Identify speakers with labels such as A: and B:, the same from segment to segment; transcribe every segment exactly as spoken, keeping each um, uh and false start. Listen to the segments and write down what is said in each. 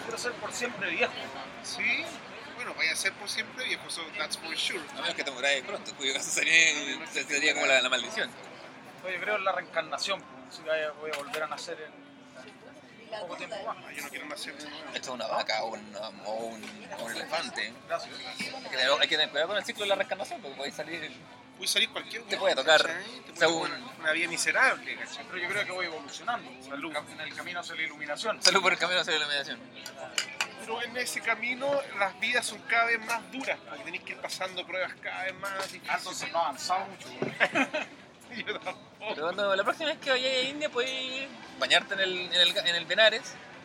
A: prefiero ser por siempre viejo.
B: Sí, bueno, vaya a ser por siempre viejo, so that's for sure.
C: A menos que te muráis pronto, en cuyo caso sería, sería como la, la maldición.
A: Pues yo creo en la reencarnación, pues, así que voy a volver a nacer en poco tiempo más.
B: Ah, yo no quiero nacer de nuevo.
C: Esto es una vaca o un, o un, o un elefante.
A: Gracias.
C: Hay que, tener, hay que tener cuidado con el ciclo de la reencarnación porque podéis salir.
B: Puede salir cualquier
C: Te puede tocar,
B: ¿cachai? Te puede
C: según-
B: tocar una, una vida miserable, ¿cachai?
A: Pero yo creo que voy evolucionando
B: Salud.
A: en el camino hacia la iluminación.
C: Salud por el camino hacia la iluminación.
B: Pero en ese camino las vidas son cada vez más duras, porque tenéis que ir pasando pruebas cada vez más
A: Ah,
B: difíciles.
A: entonces no ha avanzado mucho.
B: Yo tampoco.
C: Pero cuando la próxima vez que vayáis a India podéis bañarte en el, en el, en el Benares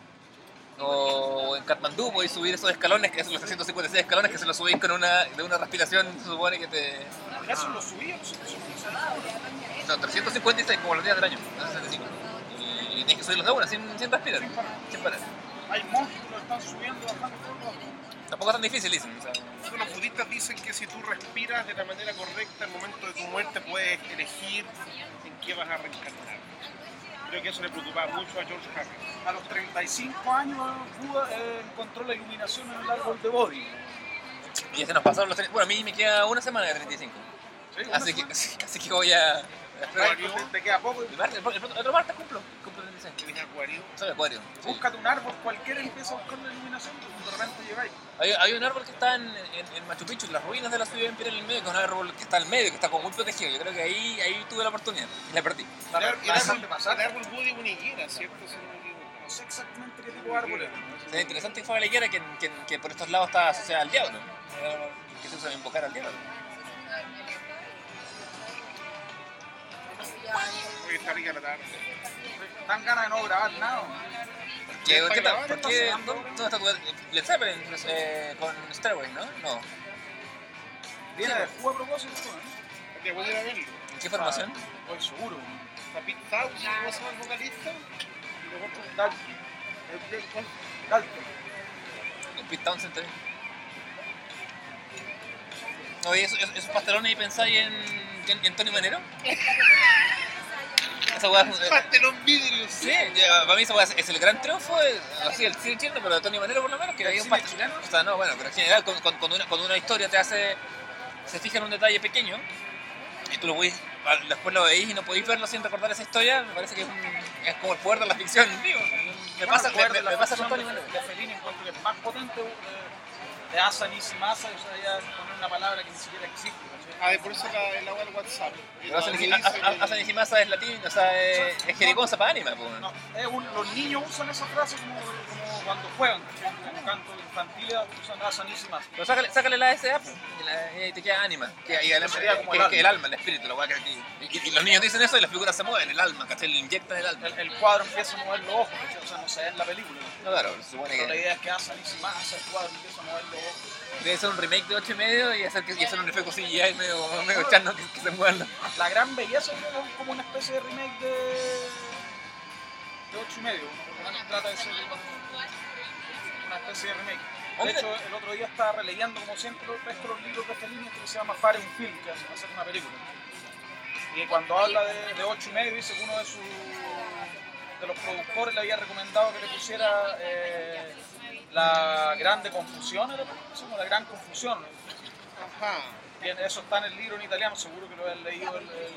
C: o en Katmandú podéis subir esos escalones, que son los trescientos cincuenta y seis escalones que se los subís con una, de una respiración, se supone que te...
A: Eso lo subí, eso lo subí.
C: Son trescientos cincuenta y seis como los días del año, no sesenta y cinco. Y tienes que subirlos de una sin, sin respirar,
A: Sin parar.
C: sin parar.
A: Hay monjes que lo están subiendo, bajando todo el rato.
C: Tampoco es tan difícil, dicen. O sea,
B: Los budistas dicen que si tú respiras de la manera correcta, al momento de tu muerte puedes elegir en qué vas a reencarnar. Creo que eso le preocupaba mucho a George Harrison.
A: A los treinta y cinco años Buda eh, encontró la iluminación en el árbol de Bodhi.
C: y ya se nos pasaron los tres... Bueno, a mí me queda una semana de treinta y cinco.
A: ¿Sí? Una
C: Así que,
A: semana.
C: así, así que voy a...
A: Ay, te, te queda poco.
C: El, martes, el, el otro martes cumplo, cumplo treinta y seis.
B: ¿Tienes acuario?
C: Soy acuario. Sí.
A: Búscate un árbol cualquiera y empieza a buscar la iluminación y de repente llegáis.
C: Hay, hay un árbol que está en, en, en Machu Picchu, en las ruinas de la ciudad imperial en el medio, que es un árbol que está al medio, que está como muy protegido. Yo creo que ahí, ahí tuve la oportunidad y la perdí.
A: La,
B: El,
A: la,
B: el
A: la
B: árbol,
A: dejaste pasar.
B: el árbol Budi una higuera, ¿cierto? Si no me equivoco.
A: No sé exactamente qué tipo de árbol es.
C: Sería interesante que fuera la higuera que, que, que por estos lados está asociada al diablo. Eh, Que se usa para invocar al diablo.
B: Hoy está rica la tarde.
A: Dan ganas de no grabar nada.
C: ¿Qué,
B: ¿Para
C: ¿qué tal?
B: grabar?
C: ¿Por qué? ¿Dónde dónde está tu... Led Zeppelin eh, con Stairway, ¿no? No.
A: Viene de juego a propósito, ¿no?
B: Te voy a ir a verlo.
C: ¿En qué formación?
A: Estoy seguro.
B: Está Pete Townshend, ¿cómo se llama el vocalista? Y luego otro-
A: Dalton. Dalton.
C: El Pete Townsend también. Oye, ¿esos, esos pastalones y pensáis en, en, en Tony Manero? Esa weá es...
B: Pastelón vidrio,
C: Sí, ya, para mí esa weá es- es el gran triunfo, de- así el cine chileno, pero de Tony Manero por lo menos, que
A: ¿El
C: había un
A: cine
C: pastel.
A: chileno?
C: O sea, no, bueno, pero en general, cuando, cuando, cuando una, cuando una historia te hace... se fija en un detalle pequeño, y tú lo veis, después lo veis y no podéis verlo sin recordar esa historia, me parece que es, un, es como el poder de la ficción, digo. Me pasa, me, me, me pasa con Tony Manero.
A: De Fellini encuentro que es más potente de, de Asa Nishimasa, o sea, ya poner una palabra que ni siquiera existe. ¿cachai?
B: Ah, de por eso la, el agua del WhatsApp.
C: Pero Asa Nishimasa es latín, o sea, es, es jerigonza para anima, pues.
A: No, es un, los niños usan esa frase como, como cuando juegan, ¿cachai? Como canto infantil usan Asa Nishimasa.
C: Pero sácale, sácale la S A, pues, y, la- y ahí te queda ánima, que, y el,
A: Sería como
C: que-
A: el
C: que el alma, el espíritu, la weá que aquí. Y, y los niños dicen eso y las figuras se mueven, el alma, ¿cachai? Le inyectan el alma.
A: El, el cuadro empieza a mover los ojos, ¿cachai? O sea, no se ve en la película.
C: No, claro, se supone
A: Pero la
C: que
A: idea es que Asa Nishimasa, el cuadro empieza a mover los ojos.
C: debe ser un remake de ocho y medio y hacer, que, y hacer un efecto C G I medio, medio chano que, que se muevan los...
A: La gran belleza es como una especie de remake de, de ocho y medio. Bueno, trata de ser una especie de remake. De
C: Hombre.
A: hecho, el otro día estaba releyendo, como siempre, el resto de los libros de Fellini que se llama Fare un film, que hacen hacer una película. Y cuando habla de, de ocho y medio, dice que uno de sus de los productores le había recomendado que le pusiera eh, la grande confusión, ¿era? Sí, la gran confusión.
B: Ajá.
A: Bien, eso está en el libro en italiano, seguro que lo habían leído el, el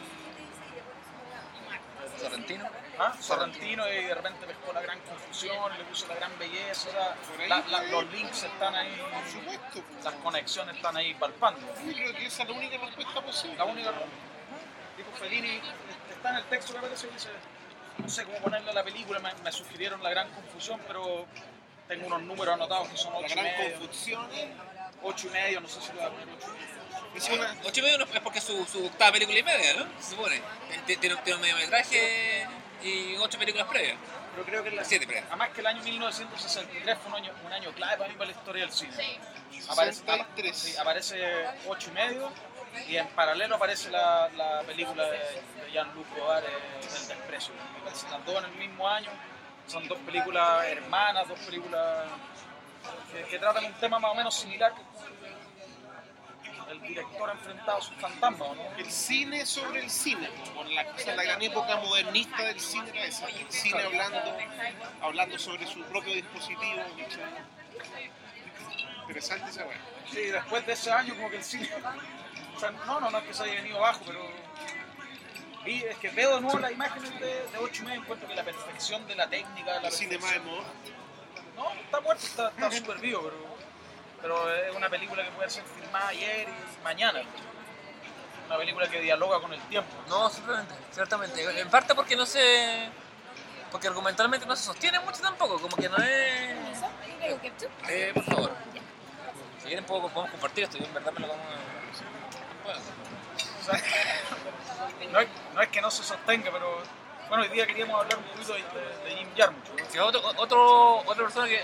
C: Sorrentino.
A: ¿ah? Sorrentino, y de repente pescó la gran confusión, le puso la gran belleza, la- la- los links están ahí,
B: Por supuesto. pues.
A: las conexiones están ahí palpando.
B: Yo creo que esa es la única respuesta posible.
A: La única, dijo Fellini, está en el texto que aparece, dice, no sé cómo ponerle a la película, me, me sugirieron la gran confusión, pero tengo unos números anotados que son
B: La
A: ocho y
B: gran
A: medio,
B: confusión.
A: ocho y medio, no sé si lo voy a poner ocho.
B: Es una,
C: Ocho y medio no- es porque es su, su octava película y media, ¿no? Se supone. Tiene, tiene, tiene un mediometraje y ocho películas previas.
A: Pero creo que la,
C: Siete previas.
A: además que el año mil novecientos sesenta y tres fue un año, un año clave para mí para la historia del cine. Aparece,
B: sesenta y tres.
A: sí, aparece ocho y medio y en paralelo aparece la, la película de, de Jean-Luc Godard, eh, El desprecio. Me parece las dos en el mismo año. Son dos películas hermanas, dos películas que, que tratan un tema más o menos similar. el director ha enfrentado a sus fantasmas, ¿o no?
B: El cine sobre el cine, por la, o sea, la gran época modernista del cine era esa, el cine hablando, hablando sobre su propio dispositivo. ¿Cachai? Interesante esa weá.
A: Sí, después de ese año como que el cine... O sea, no, no, no es que se haya venido abajo, pero... Y es que veo de nuevo las imágenes de, de ocho y medio, encuentro que la perfección de la técnica... La
B: El cine más de moda.
A: No, está muerto, está, está súper vivo, pero... Pero es una película que puede ser filmada ayer y mañana. Una película que dialoga con el tiempo.
C: No, simplemente, ciertamente. En parte porque no se... Porque argumentalmente no se sostiene mucho tampoco, como que no es... Eh, por favor. Si quieren puedo, podemos compartir esto, yo en verdad me lo como... Bueno.
A: O sea, no, es, no es que no se sostenga, pero... Bueno, hoy día queríamos hablar un poquito de, de, de Jim Jarmusch, ¿no?
C: Que otro, otro, otra persona que...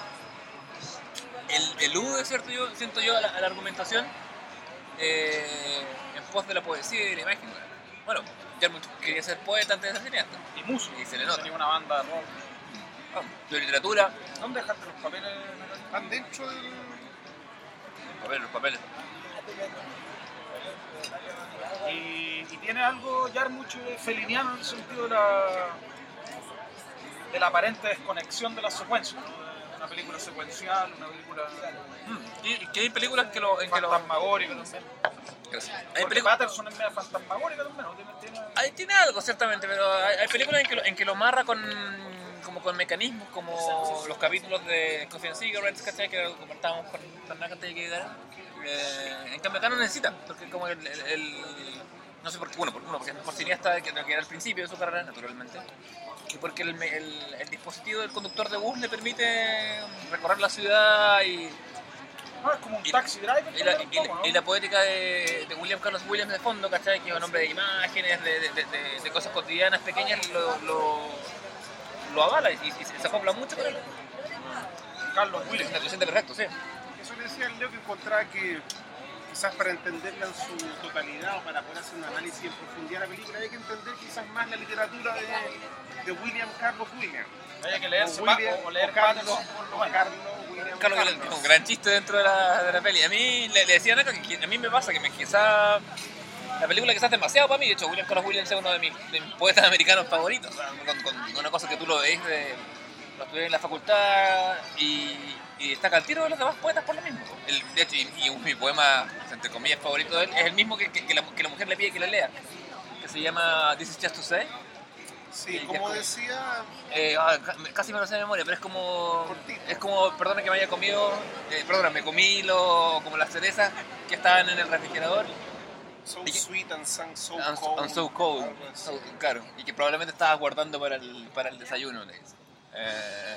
C: El, elude, ¿cierto? Yo, siento yo, a la, a la argumentación eh, en pos de la poesía y de la imagen. Bueno, Jarmusch quería ser poeta antes de ser cineasta.
A: Y músico.
C: Y se le nota.
A: Tenía una banda de rock.
C: Vamos, de literatura.
A: ¿Dónde dejaste los papeles?
B: Van dentro del...
C: Los papeles, los papeles.
A: Y, y tiene algo Jarmusch feliniano en el sentido de la, de la aparente desconexión de las secuencias, ¿no? Una película secuencial, una película
C: Mm. Y, y que hay películas que lo... En que lo
A: fantasmagórica también.
C: Gracias. Hay
A: Porque
C: películas...
A: Patterson es media fantasmagórica también, ¿no? Tiene, tiene...
C: Ahí tiene algo, ciertamente, pero hay, hay películas en que, lo, en que lo amarra con, como con mecanismos, como los capítulos de Coffee and Cigarettes, ¿cachai? Que lo compartábamos con Fernanda antes de que llegara. Eh, en cambio acá no necesita, porque como el... el, el no sé por qué, bueno, por, uno, porque es mejor cineasta que, que era al principio de su carrera, naturalmente. Y porque el, el, el dispositivo del conductor de bus le permite recorrer la ciudad y...
A: No, es como un
C: Y-
A: taxi driver.
C: Y la,
A: también,
C: y,
A: un poco, ¿no?
C: y la poética de, de William Carlos Williams de fondo, ¿cachai? Que es un hombre de imágenes, de, de, de, de cosas cotidianas pequeñas, lo, lo, lo avala y, y se acopla mucho con él.
A: Carlos Williams.
C: Lo siente perfecto, sí.
B: Eso le decía el Leo, que encontraba que quizás para entenderla en su totalidad o para poder hacer un análisis en profundidad de la película hay que entender quizás más la literatura de, de William Carlos Williams.
A: Hay que leerse
B: O
A: pa-
B: William,
A: o leer
B: o Carlos,
A: Patterson por lo
B: o
A: menos.
B: Carlos William
C: Carlos Villar, que es un gran chiste dentro de la, de la peli. A mí le, le decían acá que a mí me pasa que me quizá la película quizás es demasiado para mí. De hecho, William Carlos Williams es uno de mis, de mis poetas americanos favoritos. O sea, con, con una cosa que tú lo veis, de, lo estudié en la facultad y, y destaca al tiro de los demás poetas por lo mismo. El, de hecho, y, y mi poema, entre comillas, favorito de él es el mismo que, que, que, la, que la mujer le pide que le lea, que se llama This is Just to Say.
B: Sí,
C: Y que
B: como
C: es como-
B: decía,
C: Eh, ah, ca- casi me lo sé de memoria, pero es como...
B: Cortito.
C: Es como, perdona que me haya comido... Eh, perdona, me comí lo, como las cerezas que estaban en el refrigerador.
B: so
C: Y que-
B: sweet and so, so
C: And,
B: cold.
C: and so cold.
B: algo así.
C: So- claro, y que probablemente estabas guardando para el, para el desayuno, le dice. Eh,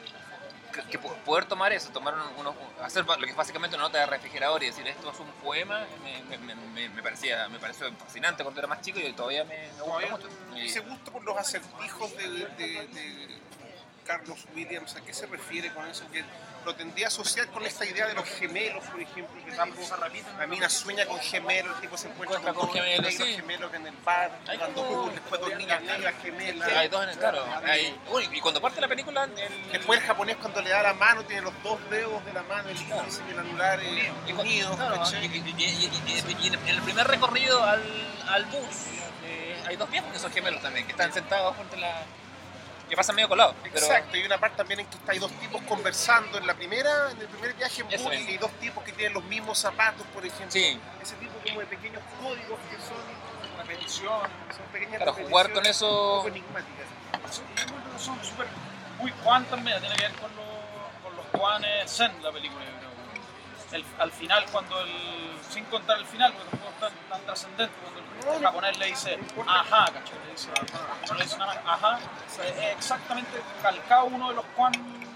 C: que, que po- poder tomar eso, tomar unos, unos- hacer ba- lo que es básicamente una nota de refrigerador y decir esto es un poema, me, me, me, me, me parecía, me pareció fascinante cuando era más chico y todavía me, me gusta
B: Todavía
C: mucho. Y-
B: ese gusto por los acertijos de, de- de Carlos Williams, ¿a qué se refiere con eso? Que lo tendría a asociar con esta idea de los gemelos, por ejemplo, que el tipo, la mina sueña con gemelos, el tipo se encuentra
C: Encuentra
B: con,
C: con
B: dos
C: gemelos,
B: negros
C: sí.
B: gemelos en el bar,
C: Hay
B: jugando
C: como-
B: fútbol, después dos niñas negras gemelas.
C: Hay dos en el claro. Hay, bueno, y cuando parte la película, el,
B: Después el japonés, cuando le da la mano, tiene los dos dedos de la mano, el índice y el anular eh,
C: y cuando-
B: unidos.
C: claro,
B: ¿cachai?
C: y, y- y- y- y en el primer recorrido al, al bus eh, hay dos viejos que son gemelos también, que están sentados junto a la... que pasan medio colados. Pero,
B: Exacto, y una parte también en que hay dos tipos conversando en la primera, en el primer viaje en
C: Eso
B: bus,
C: mismo.
B: y hay dos tipos que tienen los mismos zapatos, por ejemplo.
C: Sí.
B: Ese tipo como de pequeños códigos que son
A: Repetición.
B: son pequeñas
C: Claro, jugar con
B: repeticiones
C: eso-
B: un poco enigmáticas.
A: Son, yo creo que son súper. Muy Juan también, tiene que ver con los, con los Juanes Zen la película, yo creo. El, al final, cuando el. Sin contar el final, porque tampoco es tan, tan trascendente, cuando el, el japonés le dice ajá, ¿cachai? Le dice ajá, no le dice nada más, ajá. Es exactamente calcado uno de los Juan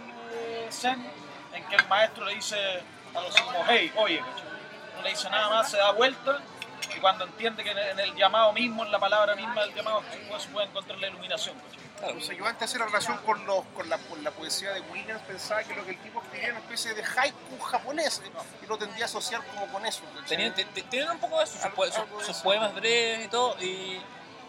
A: eh, Zen, en que el maestro le dice a los como hey, oye, ¿cachai? No le dice nada más, se da vuelta. Y cuando entiende que en el, en el llamado mismo, en la palabra misma del llamado, pues se puede encontrar la iluminación, ¿cachai?
C: claro,
B: O sea, yo antes de hacer la relación con, los, con, la, con la poesía de Williams pensaba que lo que el tipo escribía era una especie de haiku japonés y lo tendría a asociar como con eso. ¿cachai?
C: tenían, te- te- tienen un poco de eso, sus,
B: Algo-
C: poe- sus-
B: algo de
C: sus
B: eso.
C: poemas breves y todo, y...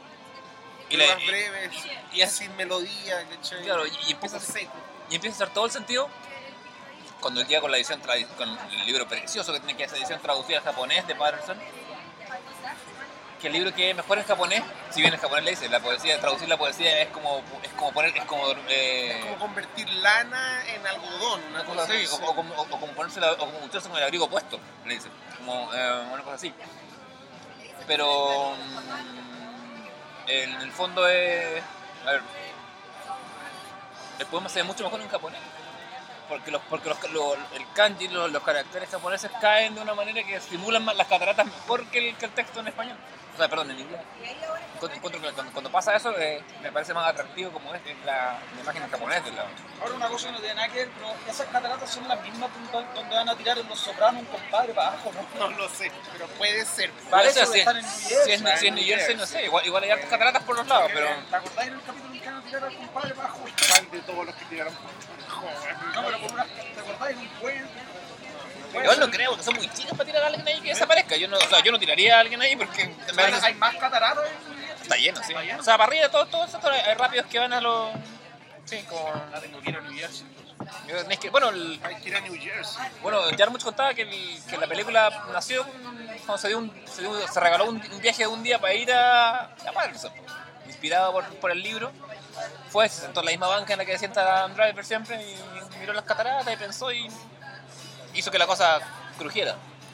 C: y
B: Más
C: la-
B: breves,
C: y- y-
B: sin melodía, ¿cachai?
C: Claro, y- y
B: Un poco
C: empieza-
B: seco.
C: y empieza a hacer todo el sentido cuando llega con la edición tradi- con el libro precioso que tiene que esa edición traducida al japonés de Patterson, que el libro que es mejor en japonés, si bien en japonés le dice, la poesía, traducir la poesía es como es como poner, es como eh,
B: Es como convertir lana en algodón, una cosa
C: así,
B: así.
C: o, o como, o como ponerse la, o como gustarse con el abrigo puesto, le dice, como eh, una cosa así. Pero mm, en el fondo es, a ver, el poema se ve mucho mejor en japonés. Porque, los, porque los, los, el kanji, los, los caracteres japoneses caen de una manera que simulan más las cataratas mejor que el, que el texto en español. O sea, perdón, en inglés. Encuentro, encuentro que cuando, cuando pasa eso eh, me parece más atractivo como es la, la imagen en japonés de la...
A: Ahora una cosa que no tiene nada que ver, pero esas cataratas son las mismas donde van a tirar en Los Sopranos un compadre para abajo, ¿no?
B: No lo sé, pero puede ser.
C: Parece
A: eso
C: si,
A: de estar en New
C: si,
A: Jersey,
C: es, si es New Jersey, no sé, igual, igual hay hartas cataratas por los lados, pero...
A: ¿Te acordáis en el capítulo en que van a tirar al compadre para abajo?
B: ¿Cuál de todos los que tiraron por joder?
A: No, pero por una, ¿te acordáis en un puente?
C: Igual no creo, que son muy chicas para tirar a alguien ahí que desaparezca. Yo no, o sea, yo no tiraría a alguien ahí porque me parece-
A: Hay más cataratas en New Jersey.
C: está lleno, sí.
A: Está lleno.
C: O sea, para arriba, todos todo eso, hay rápidos que van a los... Sí, como...
A: Ah, tengo que ir a New Jersey.
C: Yo- es que, bueno, el,
B: Hay que ir a New Jersey.
C: bueno, Jarmusch contaba que, el- que la película nació cuando se, dio un, se, dio- se regaló un, un viaje de un día para ir a, a Patterson, inspirado por, por el libro. Fue, se sentó en la misma banca en la que se sienta Adam Driver siempre y miró las cataratas y pensó y hizo que la cosa crujiera.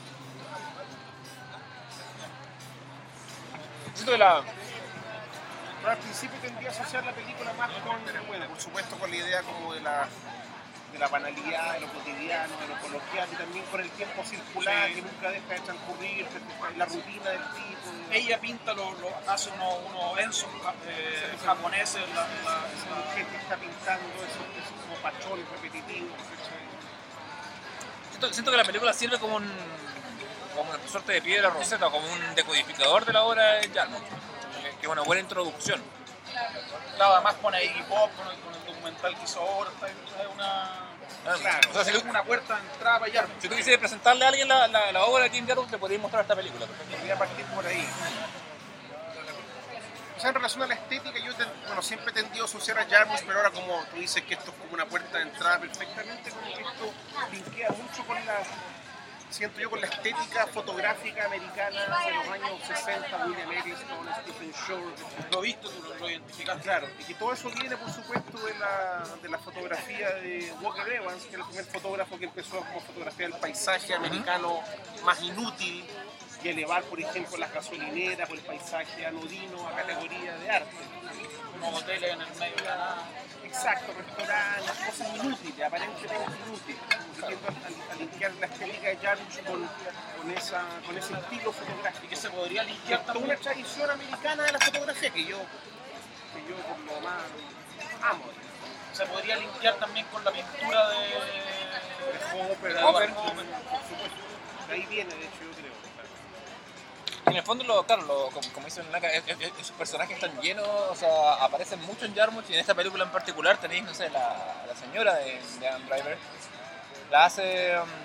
C: Siento que la...
B: Pero al principio tendría a asociar la película más con, bueno, por supuesto con la idea como de la, de la banalidad, de lo cotidiano, de lo coloquial y también con el tiempo circular
A: Sí.
B: que nunca deja de transcurrir, la rutina del tipo. de-
A: Ella pinta, lo, lo, hace unos, unos enzos eh, japoneses. La, la,
B: Esa mujer que está pintando esos, esos como pachones repetitivos. ¿cachai?
C: Siento, siento que la película sirve como un como una suerte de piedra roseta, como un decodificador de la obra de Jarmusch, que es una buena introducción.
A: la, además pone a Iggy Pop con el, con el documental que hizo ahora. Está, es una,
B: Claro.
C: O sea, si,
A: es
C: tú-
A: una puerta de entrada para allá.
C: si tú quisieras presentarle a alguien la, la, la obra de Tim Jarmusch, te podrías mostrar esta película.
B: Voy a partir por ahí. O sea, en relación a la estética, yo ten- bueno, siempre he tendido a asociar a Jarmusch, pero ahora como tú dices que esto es como una puerta de entrada perfectamente, como que esto linkea mucho con la, siento yo, con la estética fotográfica americana de los años sesenta, William Eggleston, Stephen Shore.
A: Lo viste, tú lo, lo identificaste.
B: Claro, y que todo eso viene, por supuesto, de la, de la fotografía de Walker Evans, que era el primer fotógrafo que empezó a fotografiar el paisaje americano más inútil y elevar, por ejemplo, las gasolineras o el paisaje anodino a categoría de arte.
A: Unos hoteles en el medio de la nada.
B: Exacto, restaurantes, cosas inútiles, aparentemente inútiles. Tiendo a, a linkear la estética de Jarmusch con, con, esa, con ese estilo fotográfico.
A: Y que se podría
B: Que
A: limpiar
B: es toda
A: también.
B: una tradición americana de la fotografía que yo, que yo por lo más amo.
A: Se podría limpiar también con la pintura de.
B: De Hopper,
A: de
B: de
A: Hopper.
B: Hopper, por supuesto. De ahí viene, de hecho, yo creo. claro.
C: En el fondo, lo, claro, lo, como, como dicen Naka, es- es- esos personajes están llenos, o sea, aparecen mucho en Jarmusch y en esta película en particular tenéis, no sé, la, la señora de, de Adam Driver, la hace... um,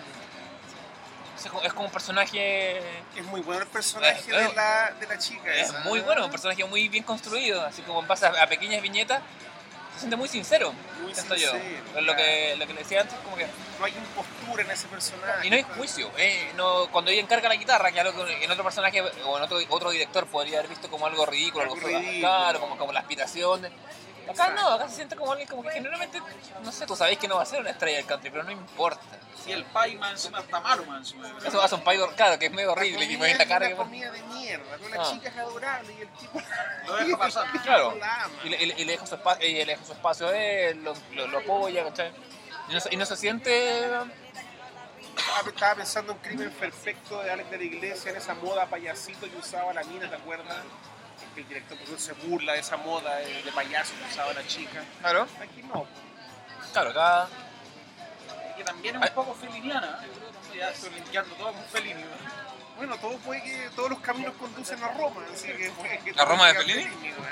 C: es como- es como un personaje...
B: Es muy bueno el personaje
C: Eh,
B: de, la, de la chica.
C: Es
B: esa.
C: muy bueno, un personaje muy bien construido, así como en base a, a pequeñas viñetas, se siente muy sincero,
B: Muy
C: siento
B: sincero,
C: yo. Es lo que, lo que le decía antes, como que...
B: No hay impostura en ese personaje.
C: Y no hay juicio, eh, no, cuando ella encarga la guitarra, que es algo que en otro personaje o en otro, otro director podría haber visto como algo ridículo, algo,
B: Algo
C: feo,
B: ridículo.
C: claro, como, como la aspiración. de- Acá no, acá se siente como alguien como que generalmente, no sé, tú sabéis que no va a ser una estrella del country, pero no importa.
A: Si el pie más encima está malo, más encima.
C: Eso hace un país, claro, que es medio horrible, que
B: La comida
C: imagínate la
B: es
C: cara
B: una
C: que pone.
B: comida de mierda, ¿no? La
C: Ah.
B: chica es adorable y el tipo
A: Lo deja pasar.
C: Claro,
B: la ama.
C: y le, y le- y le deja su espacio, y le deja su espacio a él, lo, lo, lo apoya, ¿cachai? Y no, se- y no se siente...
B: Estaba- Estaba pensando en Crimen Perfecto de Alex de la Iglesia, en esa moda payasito que usaba la mina, ¿te acuerdas? Que el director por ejemplo, se burla de esa moda de, de payaso que usaba la chica.
C: Claro,
B: Aquí no.
C: claro, acá...
A: Que también es un poco feliniana. ¿eh? Ya estoy limpiando todo con Fellini. ¿no?
B: Bueno, todo puede que todos los caminos conducen a Roma, así que puede que
C: ¿La Roma de
B: todo
C: Fellini?
B: diga weón.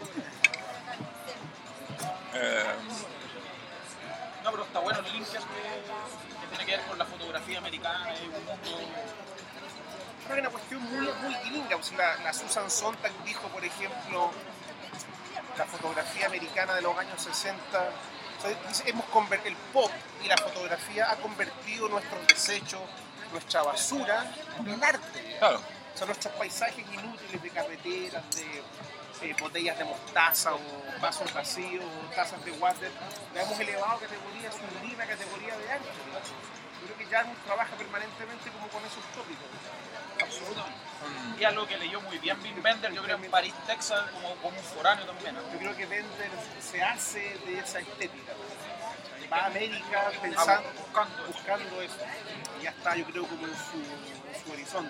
C: Eh,
A: No, pero está bueno el link que, que tiene que ver con la fotografía americana y un mundo.
B: Creo que es una cuestión muy, muy gringa. Pues la, la Susan Sontag dijo, por ejemplo, la fotografía americana de los años sesenta O sea, dice, hemos conver- el pop y la fotografía ha convertido nuestros desechos, nuestra basura, en arte.
C: Claro.
B: O sea, nuestros paisajes inútiles de carreteras, de eh, botellas de mostaza o vasos vacíos, o tazas de water, la hemos elevado a categoría sublime, a categoría de arte. Yo creo que Jarmusch trabaja permanentemente como con esos tópicos. Absolutamente.
A: Y algo que leyó muy bien Wim Wenders, yo creo en París, Texas, como, como un foráneo también, ¿no?
B: Yo creo que Bender se hace de esa estética. Va a América pensando,
A: buscando.
B: buscando eso. Y ya está, yo creo, como en su, en su horizonte.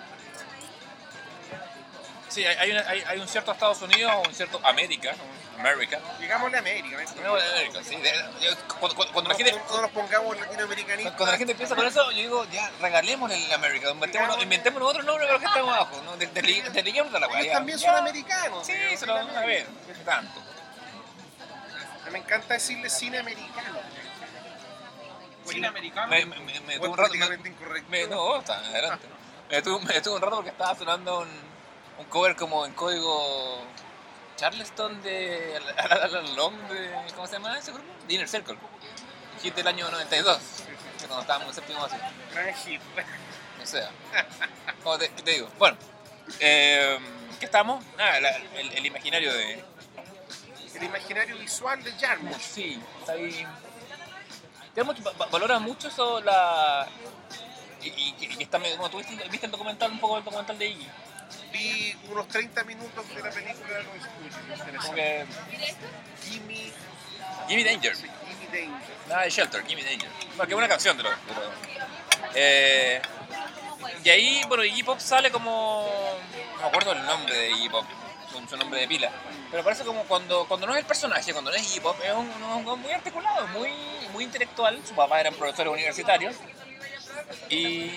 C: Sí, hay, hay, una- hay, hay un cierto Estados Unidos o un cierto América, América.
B: Digámosle América, ¿no?
C: No, América, sí. De- yo- cuando, cuando- cuando la
B: No,
C: gente,
B: no nos pongamos latinoamericanistas.
C: cuando la gente piensa con eso, yo digo, ya, regalémosle el América, inventémonos, inventémonos otro nombre para los que estamos abajo, ¿no? Desliguémonos de, de, de la weá.
B: Ellos
C: ya.
B: también
C: Ya.
B: son americanos.
C: Sí,
B: digamos,
C: se lo van a ver, tanto.
B: Me encanta decirle cine americano.
A: Cine americano.
C: Me, me, me, me
B: O
C: tuvo
B: es
C: un rato. Me,
B: políticamente incorrecto.
C: me- no, está adelante. Me tuvo, me tuvo un rato porque estaba sonando un, un cover como en código Charleston de Alan Long, de, ¿cómo se llama ese grupo? The Inner Circle. Hit del año noventa y dos, que cuando estábamos en séptimo básico.
B: Gran hit.
C: O sea, como te, te digo, bueno, eh, ¿qué estamos? Ah, la- el, el imaginario de.
B: El imaginario visual de Jarmusch.
C: Sí, está ahí. Jarmusch va- va- valora mucho eso, la. Y, y, y está, medio- como tú viste, viste el documental, un poco el documental de Iggy.
B: Vi unos treinta minutos de la película, lo escuché,
C: Como
B: interesante.
C: que.
B: Gimme,
C: Gimme Danger.
B: Gimme Danger.
C: Nada de Shelter, Gimme Danger. Bueno, qué buena canción de lo. De lo- eh, y ahí, bueno, Iggy Pop sale como. No me acuerdo el nombre de Iggy Pop, su, su nombre de pila. Pero parece como cuando, cuando no es el personaje, cuando no es Iggy Pop, es un, un- un muy articulado, muy, muy intelectual. Su papá era un profesor universitario. Y.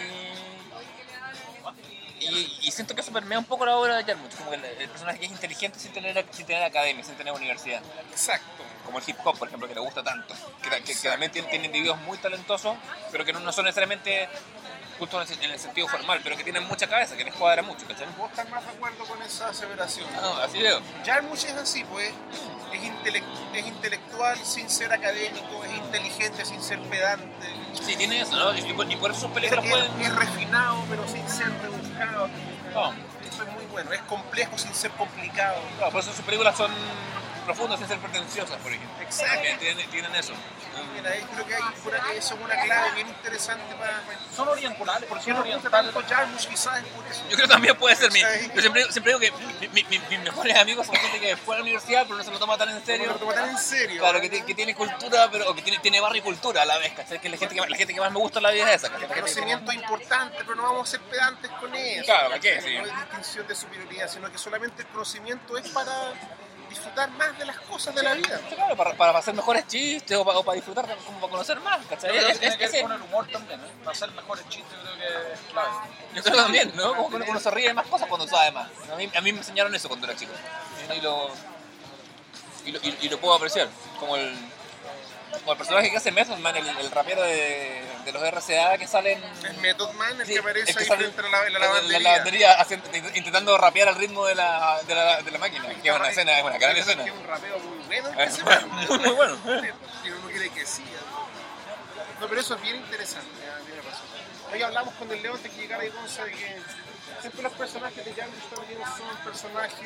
C: Y, y siento que eso permea un poco la obra de Jarmusch, como que el, el personaje que es inteligente sin tener, sin tener academia, sin tener universidad.
B: Exacto.
C: Como el hip hop, por ejemplo, que le gusta tanto. Que, que- que también tiene, tiene individuos muy talentosos, pero que no, no son necesariamente cultos en el sentido formal, pero que tienen mucha cabeza, que les cuadra mucho, ¿cachai?
B: ¿Vos estás más de acuerdo con esa aseveración?
C: No, así veo.
B: Jarmusch es así, pues. Es, intelec- es intelectual sin ser académico, es inteligente sin ser pedante.
C: Sí, tiene eso, ¿no? Y, y por, y por eso sus
B: Es,
C: películas
B: es-
C: pueden...
B: es refinado, pero sin ser rebuscado.
C: No,
B: Eso es muy bueno. Es complejo sin ser complicado.
C: claro, por eso sus películas son profundas sin ser pretenciosas, por ejemplo.
B: Exacto.
C: También tienen, tienen eso.
B: Mira, ahí creo que hay por ahí, eso es una clave bien interesante para...
A: Son orientales, por
B: ¿Por qué
A: son
B: nos gusta
A: orientales.
B: tanto Jarmusch? Quizás es por eso.
C: Yo creo que también puede ser mi...
B: Sí.
C: Yo siempre, siempre digo que mi- mi- mi- mis mejores amigos son gente que fue a la universidad, pero no se lo toma tan en
B: No
C: serio.
B: lo tomo tan en serio.
C: Claro,
B: ¿eh?
C: que, ti- que tiene cultura, pero o que tiene, tiene barrio y cultura a la vez, ¿cachai? Que la gente que, la gente que más me gusta en la vida es esa, ¿cachai?
B: El
C: La gente que-
B: conocimiento es importante, pero no vamos a ser pedantes con eso.
C: Claro, ¿para qué? Sí.
B: No hay distinción de superioridad, sino que solamente el conocimiento es para disfrutar más de las cosas de la vida.
C: Claro, para, para hacer mejores chistes o para, o para disfrutar, como para conocer más,
A: Yo
C: ¿cachai?
A: creo que
C: Es-
A: tiene
C: es-
A: que ver
C: ese-
A: con el humor también, ¿eh? Para hacer mejores chistes creo que es clave.
C: Yo creo también, ¿no? Como que uno, uno se ríe de más cosas cuando sabe más. A mí, a mí me enseñaron eso cuando era chico. Y lo, y lo, y- y lo puedo apreciar. Como el, como el personaje que hace Method Man, el, el rapero de, de los R C A que salen...
B: Es Method Man el
C: Sí,
B: que aparece
C: el que
B: ahí
C: sale
B: frente a la, en la
C: en
B: lavandería.
C: la lavandería haciendo- intentando rapear al ritmo de la, de la, de la máquina. Que es una escena, es una gran escena.
B: Es un rapeo muy bueno.
C: Es
B: ese
C: muy,
B: man.
C: muy bueno.
B: Y uno quiere que sí. No, pero eso es bien interesante, ya, tiene razón. Hoy hablamos con el León de que llegara y Gonza de que siempre los personajes de Jarmusch también son personajes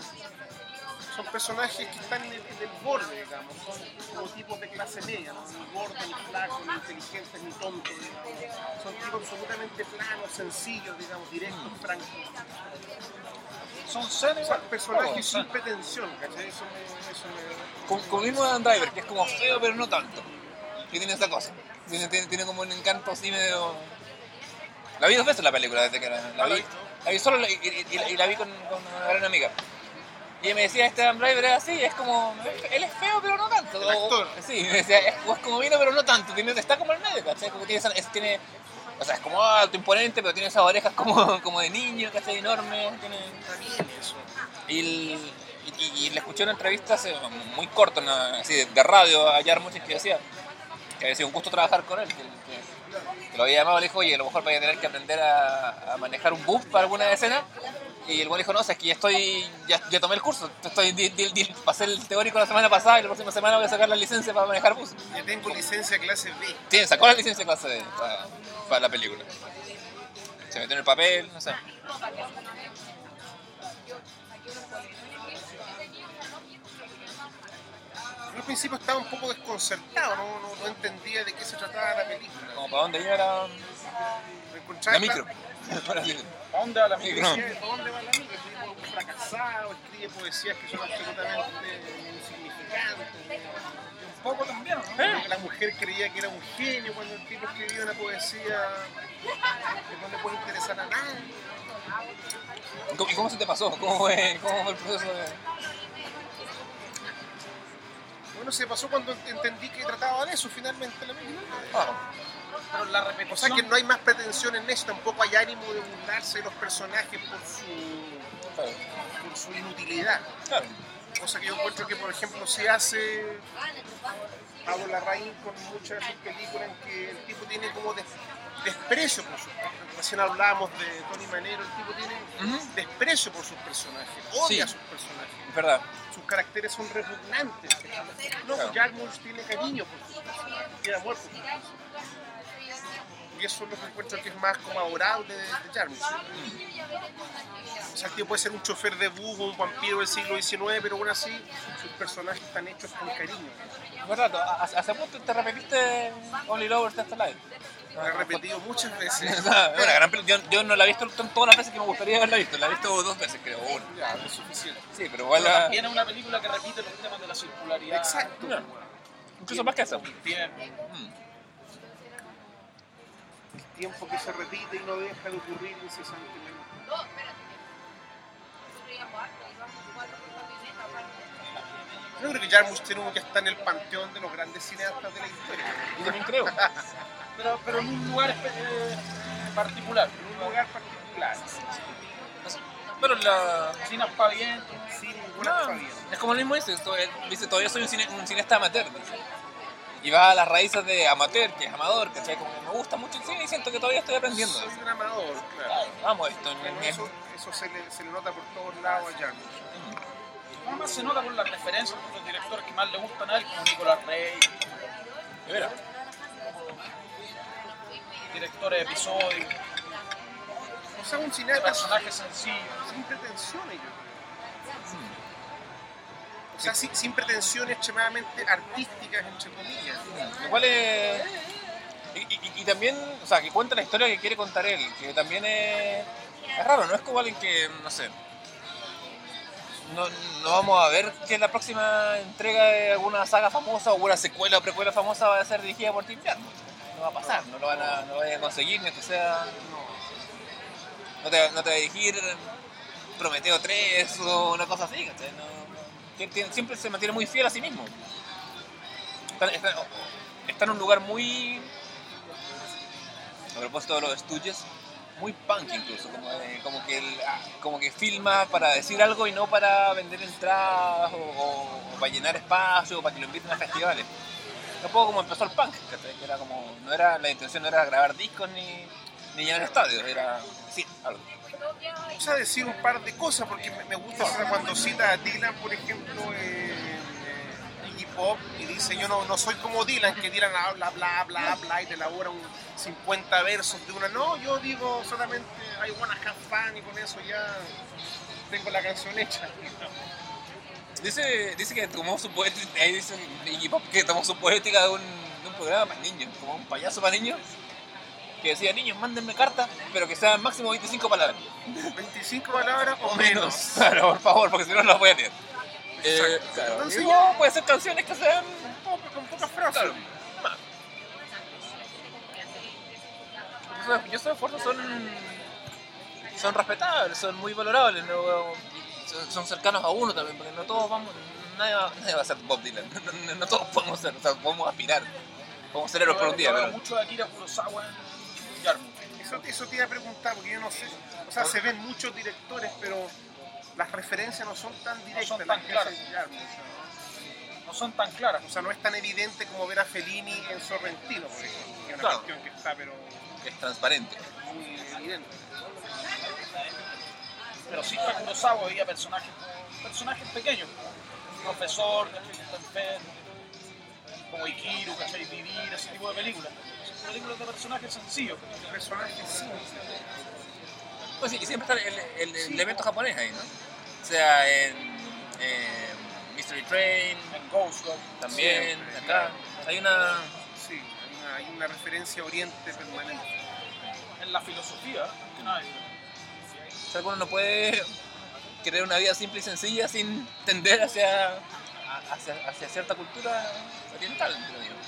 B: son personajes que están en el, en el borde, digamos, son como tipos de clase media, ¿no? Ni gordos, ni flacos, ni inteligentes, ni tontos, digamos. Son tipos absolutamente planos, sencillos, digamos, directos, francos.
A: Son seres
B: O sea,
A: igual.
B: personajes
A: Todos,
B: sin
A: son.
B: pretensión, ¿cachai? Eso me... Eso me...
C: Como, como mismo Adam Driver, que es como feo pero no tanto. Que tiene esa cosa. Tiene, tiene, tiene como un encanto así medio... La vi dos veces la película desde que era... La vi, la vi solo y, y- y- y la vi con, con una gran amiga. Y ella me decía, este Adam Driver es así, es como... Él es feo pero no tanto.
B: El actor.
C: O- sí, me decía, es, o es como vino pero no tanto. Tiene, está como en medio, ¿cachai? Como tiene, esa- es- tiene... O sea, es como alto, imponente, pero tiene esas orejas como, como de niño, ¿cachai? Enormes. Tiene...
B: Está bien eso.
C: Y, el- y- y le escuché una entrevista hace, muy corta, una- así de, de radio a Jarmusch, que decía que había sido un gusto trabajar con él, que, que- que lo había llamado y le dijo, oye, a lo mejor vaya a tener que aprender a, a manejar un bus para alguna escena, Y el güey dijo, no, o sea, es que ya estoy, ya, ya tomé el curso, estoy, di, di, di, pasé el teórico la semana pasada y la próxima semana voy a sacar la licencia para manejar bus.
B: Ya tengo licencia clase B.
C: Sí, sacó la licencia clase B para, para la película. Se metió en el papel, no sé.
B: Yo al principio estaba un poco desconcertado, no, no, no entendía de qué se trataba la película.
C: Como para dónde iba la,
B: Me encontraba
C: la micro.
A: ¿A dónde va la
C: Sí,
A: micro?
C: no.
B: Decía, ¿para dónde va la micro? Es un fracasado, escribe poesías que son absolutamente insignificantes.
A: Un poco también, ¿no?
C: ¿Eh?
B: La mujer creía que era un genio cuando el tipo escribía una poesía que no le puede interesar a nadie.
C: ¿Y cómo se te pasó? ¿Cómo fue, cómo fue el proceso de...?
B: Bueno, se pasó cuando entendí que trataba de eso finalmente la película.
C: Ah,
A: Pero la
B: O sea
A: repetición...
B: que no hay más pretensión en eso, tampoco hay ánimo de burlarse de los personajes por su,
C: claro.
B: por su inutilidad.
C: Claro.
B: Cosa que yo encuentro que, por ejemplo, se hace Pablo Larraín con muchas de sus películas en que el tipo tiene como des- desprecio por sus personajes. Recién hablábamos de Tony Manero, el tipo tiene
C: Ujú.
B: desprecio por sus personajes, odia a
C: Sí.
B: sus personajes.
C: Es verdad.
B: Sus caracteres son repugnantes. No,
C: Claro.
B: Jarmusch tiene cariño por sus personajes, queda muerto por sus personajes. Y eso es lo que encuentro que es más como adorable de, de Jarmusch. O sea, el tío puede ser un chofer de bus o un vampiro del siglo diecinueve, pero aún así sus personajes están hechos con cariño.
C: ¿Verdad? ¿Hace hace poco te repetiste Only Lovers Left Alive?
B: Lo he repetido muchas veces.
C: Es una gran película. Yo, yo no la he visto todas las veces que me gustaría haberla visto. La he visto dos veces, creo. Una.
B: Ya, es suficiente.
C: Sí, pero igual
A: Pero
C: la...
A: también es una película que repite los temas de la circularidad.
B: Exacto.
C: No. Incluso más que eso.
A: Bien.
C: Mm.
B: El tiempo que se repite y no deja de ocurrir incesantemente. Yo creo que Jarmusch tiene ya está en el panteón de los grandes cineastas de la historia.
C: Yo también creo.
A: Pero, pero en un lugar espe- eh, particular.
B: En un lugar particular,
C: Pero la...
A: Sin aspaviento.
B: sin ninguna
C: No,
B: aspaviento.
C: es como lo mismo dice, esto- él dice, todavía soy un, cine, un cineasta amateur, dice. Y va a las raíces de amateur, que es amador, ¿cachai? Como que me gusta mucho el cine y siento que todavía estoy aprendiendo.
B: Soy un amador, claro.
C: Vamos, esto en
B: Pero
C: mi...
B: eso, eso se, le, se le nota por todos lados a Jarmusch.
A: Nada más se nota por las referencias de los directores que más le gustan a él, como Nicolas Rey,
C: De veras.
A: directores de episodios,
B: O sea, un cineasta
A: personajes sencillos.
B: sin pretensiones, yo creo. O sea, sin, sin pretensiones extremadamente artísticas, entre comillas.
C: Igual es... Y, y- y también, o sea, que cuenta la historia que quiere contar él, que también es... Es raro, no es como alguien que, no sé... No, no vamos a ver que la próxima entrega de alguna saga famosa o una secuela o precuela famosa va a ser dirigida por Tim Burton. No va a pasar, no lo van a, no lo van a conseguir, ni que sea... No te, no te va a dirigir Prometeo tres o una cosa así, ¿cachai? No, no. Tien- siempre se mantiene muy fiel a sí mismo. Está, está, está en un lugar muy... A propósito de los estudios, muy punk incluso, como, de- como, que el- ah, como que filma para decir algo y no para vender entradas o, o- o para llenar espacio o para que lo inviten a festivales. Un poco como empezó el punk, ¿cachai? Que era como, no era, la intención no era grabar discos ni, ni llenar estadios, era decir algo.
B: O sea, decir un par de cosas, porque me, me gusta cuando cita a Dylan, por ejemplo, en eh, Iggy Pop, y dice, yo no, no soy como Dylan, que Dylan habla, bla, bla, bla, y te elabora un cincuenta versos de una. No, yo digo solamente, I wanna have fun, y con eso ya tengo la canción hecha.
C: Dice, dice que tomó su poética, ahí dice Iggy Pop que tomó su poética de un, de un programa para niños, como un payaso para niños, que decía, niños, mándenme cartas, pero que sean máximo veinticinco palabras.
B: veinticinco palabras o menos.
C: Claro, por favor, porque si no, no las voy a leer. Eh,
B: Exacto.
C: claro.
B: Entonces
C: Y
B: ya-
C: no, puede ser canciones que sean...
B: Poco, con pocas frases.
C: Claro. Esos- y esos esfuerzos son, son respetables, son muy valorables, ¿no? son, son cercanos a uno también, porque no todos vamos, nadie va, nadie va a ser Bob Dylan, no, no- no todos podemos ser, o sea, podemos aspirar, podemos ser héroes por un día,
A: Yo veo
C: pero
A: mucho de Akira Kurosawa en Jarmusch.
B: Eso, eso te iba a preguntar, porque yo no sé. O sea, se ven muchos directores, pero las referencias no son tan directas.
A: son tan
B: las que
A: claras.
B: hace Jarmusch, ¿no?
A: No son tan claras.
B: O sea, no es tan evidente como ver a Fellini en Sorrentino, por ejemplo. Que es una
C: Claro.
B: cuestión que está, pero
C: es transparente.
B: muy evidente.
A: Pero sí está Kurosawa, había personajes, personajes pequeños. Profesor, ¿cachai? Que está enfermo, como Ikiru, ¿cachai? Vivir, ese tipo de películas. Son películas de personajes sencillos.
B: Personajes simples.
C: Pues sí, y siempre está el, el, el elemento japonés ahí, ¿no? O sea, en, en Mystery Train,
A: En Ghost Dog
C: también,
B: Siempre,
C: acá.
B: claro.
C: Hay una...
B: Sí, hay una, hay una referencia a Oriente permanente.
A: en la filosofía, que nada.
C: O sea, uno no puede querer una vida simple y sencilla sin tender hacia, hacia, hacia cierta cultura oriental, creo yo.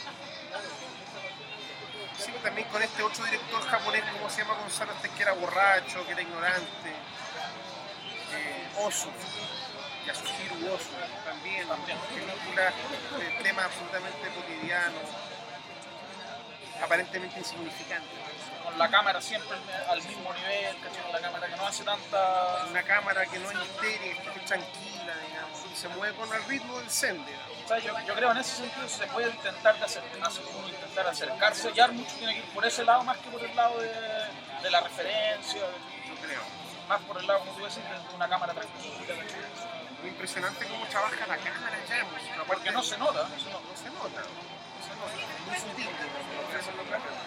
B: Sí, pero también con este otro director japonés, ¿cómo se llama Gonzalo? Este que era borracho, que era ignorante. Eh, Ozu. Yasuhiro Ozu. También, también. Películas de temas absolutamente cotidianos, aparentemente insignificantes.
A: Con la cámara siempre al mismo nivel, ¿cachai? Con la cámara que no hace tanta...
B: Una cámara que no es histérica, que es tranquila, digamos, y se mueve con el ritmo del zen, digamos.
A: O sea, yo, yo creo en ese sentido se puede intentar de acercarse, uno intentar acercarse, ya mucho tiene que ir por ese lado más que por el lado de, de la referencia,
B: Yo creo.
A: más por el lado, como tú decís, de una cámara tranquila, ¿cachai?
B: Muy impresionante cómo trabaja la cámara ya, pues, una
A: Porque
B: parte-
A: no se nota, no se nota.
B: no se nota, no se nota, es muy sutil, digamos, lo que hacen los cámaras.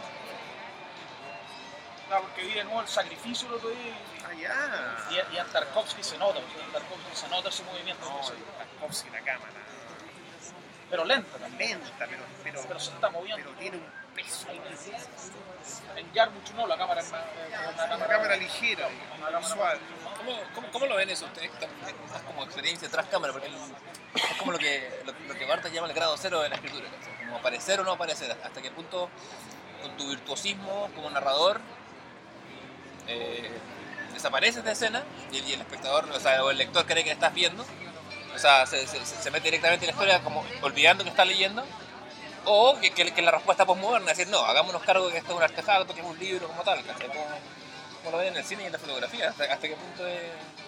A: Claro, porque vi de nuevo el sacrificio el otro día
B: Ah, ya.
A: y, y en Tarkovsky se nota, en Tarkovsky se nota ese movimiento,
B: No,
A: ¿cachai?
B: Tarkovsky, la cámara,
A: Pero lenta también,
B: lenta, pero, pero,
A: pero se está moviendo.
B: pero tiene un peso.
A: En Yarmuch no, la cámara es más, eh, como una
B: Una
A: cámara,
B: cámara ligera, digamos, suave.
C: ¿Cómo, cómo, cómo lo ven eso ustedes? Más como experiencia tras cámara, porque el- es como lo que, lo, lo que Barthes llama el grado cero de la escritura, ¿cachai? Como aparecer o no aparecer, hasta qué punto con tu virtuosismo como narrador eh, desapareces de escena y el, y el espectador, o sea, o el lector cree que le estás viendo, o sea, se, se, se mete directamente en la historia como olvidando que está leyendo, o que, que, que la respuesta postmoderna es decir, no, hagámonos cargo de que esto es un artefacto, que es un libro como tal, ¿cachai? Como, como lo ven en el cine y en la fotografía, hasta, hasta qué punto es-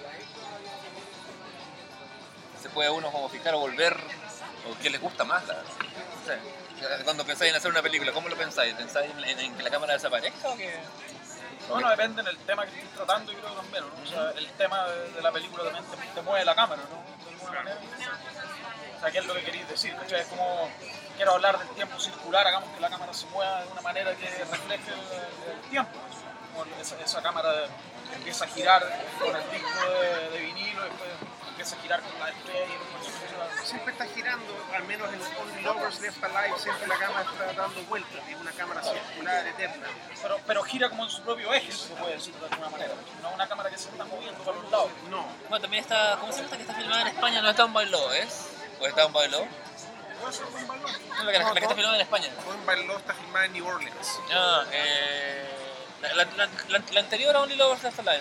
C: se puede uno como fijar o volver, o qué les gusta más, la verdad. No sé. Cuando pensáis en hacer una película, ¿cómo lo pensáis? ¿Pensáis en, en- en que la cámara desaparezca o que...?
A: bueno, depende del tema que estés tratando, yo creo también, ¿no? O sea, el tema de, de la película también te, te mueve la cámara, ¿no? De alguna manera. O sea, ¿qué es lo que queréis decir? ¿Cachai? Es como, quiero hablar del tiempo circular, hagamos que la cámara se mueva de una manera que refleje el, el tiempo. Como esa, esa cámara de- que empieza a girar con el disco de, de vinilo, y después empieza a girar con la estrella y los personajes.
B: Siempre está girando, al menos en Only Lovers Left Alive, siempre la cámara está dando vueltas, es una cámara circular eterna.
A: Pero, pero gira como en su propio eje, se puede decir de alguna manera. No una cámara que se está moviendo para los lados.
B: No,
C: Bueno, también está... ¿Cómo se llama esta que está filmada en España? No está un bailó, ¿es? ¿O está un bailó?
A: Puede ser un balón.
C: No, la que, la que está filmada en España.
B: Cohen Bailó está filmada en New Orleans.
C: Ah, eh... La, la, la, la, la anterior a Only Lovers Left Alive.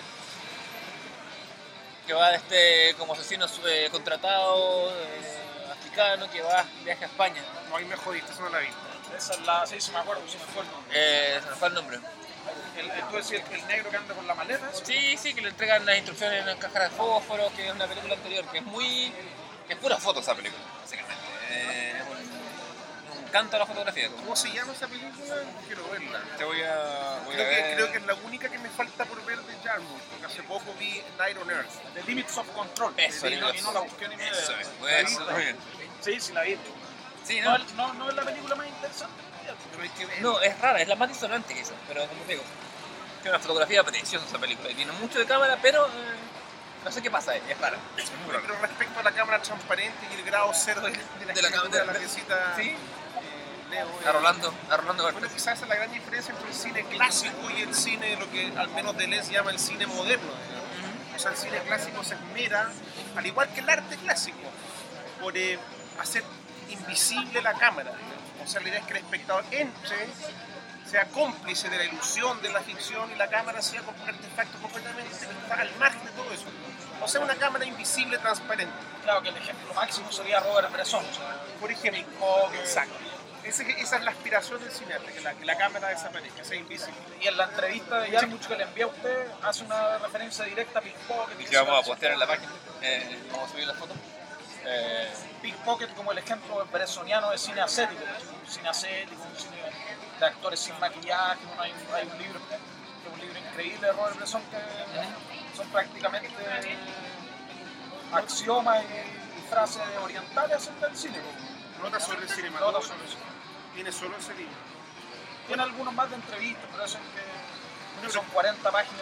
C: Que va de este como asesino eh, contratado eh, africano que va viaje a España.
B: No, ahí me jodiste, eso no la vi.
A: Esa es la, sí, sí me acuerdo, sí me acuerdo.
C: Eh, se me fue el nombre.
A: El, el, tú decías el, el negro que anda con la maleta, ¿eso?
C: Sí, sí, que le entregan las instrucciones en una caja de fósforo, que es una película anterior, que es muy... que es pura foto esa película, básicamente. Eh, es un, un canto a la fotografía. como-
B: ¿Cómo se llama esa película? Quiero verla.
C: Te voy a... Voy a
B: Creo que,
C: ver...
B: creo que es la única que me falta por ver de Jarmusch, porque hace poco vi Night on Earth.
A: The Limits of Control.
C: Eso,
A: y, no, y no la busqué ni me
C: Eso
A: idea.
C: es,
A: ¿La
C: pues,
A: viste?
C: muy bien.
A: Sí, sí la vi.
C: Sí,
A: No,
C: ¿no?
A: no, no es la película más interesante.
B: Pero hay que ver.
C: No, es rara, es la más disonante que hizo, pero como te digo, tiene una fotografía preciosa esa película y tiene mucho de cámara, pero eh, no sé qué pasa, es rara. Es muy rara.
B: Pero respecto a la cámara transparente y el grado cero de, de la,
C: De la cámara-
B: escritura,
C: de-
B: la
C: de-
B: que cita
C: sí.
B: eh, Leo. eh,
C: A Rolando, a Rolando
B: Bueno,
C: Bertes.
B: quizás esa es la gran diferencia entre el cine clásico y el cine, lo que al menos Deleuze llama el cine moderno. digamos. O sea, el cine clásico se esmera, al igual que el arte clásico, por eh, hacer invisible la cámara. digamos. O sea, la idea es que el espectador entre, sea cómplice de la ilusión de la ficción y la cámara sea como un artefacto completamente que está al margen de todo eso. O sea, una cámara invisible, transparente.
A: Claro que el ejemplo máximo sería Robert Bresson. O sea,
B: Por ejemplo,
A: Pickpocket.
B: exacto. Ese- esa es la aspiración del cineasta, que la, que la cámara desaparezca, sea invisible.
A: Y en la entrevista de Yarmuch que le envía a usted, hace una referencia directa a Pickpocket.
C: Y que vamos a postear en la página, eh, vamos a subir las fotos. Eh,
A: Pickpocket como el ejemplo bressoniano de cine ascético. Un cine ascético, un cine de actores sin maquillaje. Bueno, hay, un, hay un libro que es un libro increíble de Robert Bresson que uh-huh. son prácticamente axiomas y, y frases orientales acerca del cine.
B: Notas sobre el cine.
A: Notas sobre el cine.
B: Tiene solo ese libro.
A: Tiene algunos más de entrevistas, pero eso es que son cuarenta páginas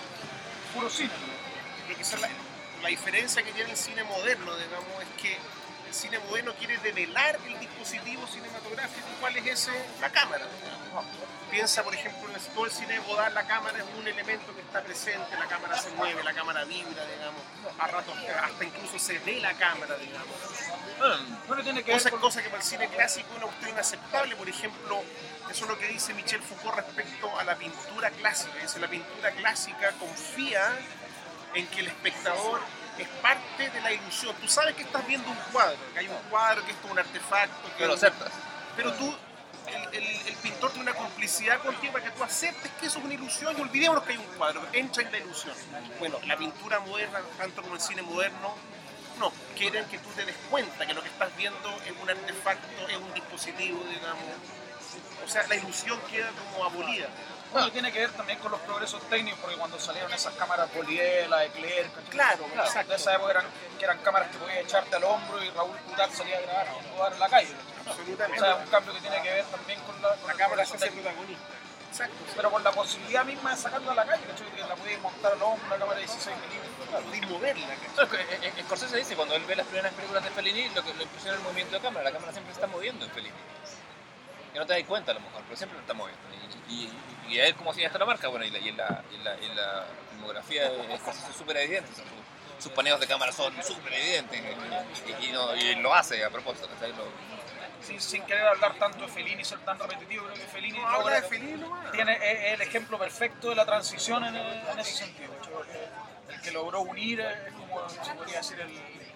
A: de puro cine.
B: Creo que esa es la, la diferencia que tiene el cine moderno, digamos, es que el cine moderno quiere develar el dispositivo cinematográfico. ¿Cuál es ese? La cámara. Piensa, por ejemplo, en todo el cine de Godard, la cámara es un elemento que está presente, la cámara se mueve, la cámara vibra, digamos, a ratos hasta incluso se ve la cámara, digamos.
A: Bueno, tiene que
B: Cosas,
A: ver con...
B: cosas que para el cine clásico es una cuestión inaceptable. Por ejemplo, eso es lo que dice Michel Foucault respecto a la pintura clásica. Dice, la pintura clásica confía en que el espectador es parte de la ilusión. Tú sabes que estás viendo un cuadro, que hay un cuadro, que esto es un artefacto. Que
C: pero lo aceptas.
B: Pero tú, el, el, el pintor tiene una complicidad contigo para que tú aceptes que eso es una ilusión y olvidémonos que hay un cuadro, entra en la ilusión. Bueno, la pintura moderna, tanto como el cine moderno, no, quieren que tú te des cuenta que lo que estás viendo es un artefacto, es un dispositivo, digamos. O sea, la ilusión queda como abolida.
A: Bueno, tiene que ver también con los progresos técnicos, porque cuando salieron esas cámaras Polier, la de Clerc,
B: claro,
A: claro,
B: exacto.
A: De esa época eran, que eran cámaras que podías echarte al hombro y Raúl Cutar salía a grabar sin dudar en la calle.
B: Absolutamente.
A: O sea, es un cambio que tiene que ver también con la, con
B: la cámara se hace protagonista. Exacto.
A: Pero con la posibilidad misma de sacarla a la calle, ¿cachai? Que la podías montar al hombro, la cámara de dieciséis milímetros.
B: Claro, podías moverla,
C: ¿cachai? Scorsese dice, cuando él ve las primeras películas de Fellini, lo que lo impresiona es el movimiento de cámara. La cámara siempre se está moviendo en Fellini. Que no te das cuenta a lo mejor, pero siempre lo está moviendo. Y, y, y a él como si ya está la marca, bueno, y, la, y, en, la, y, en, la, y en la filmografía es casi súper evidente. Sus, sus paneos de cámara son súper evidentes y, y, no, y lo hace a propósito. Lo,
A: sin, sin querer hablar tanto de Fellini y ser tan repetitivo, creo que Fellini, no, logra,
B: de Fellini no
A: tiene, es, es el ejemplo perfecto de la transición en, el, en ese sentido. El, el que logró unir, es como se podría decir, el,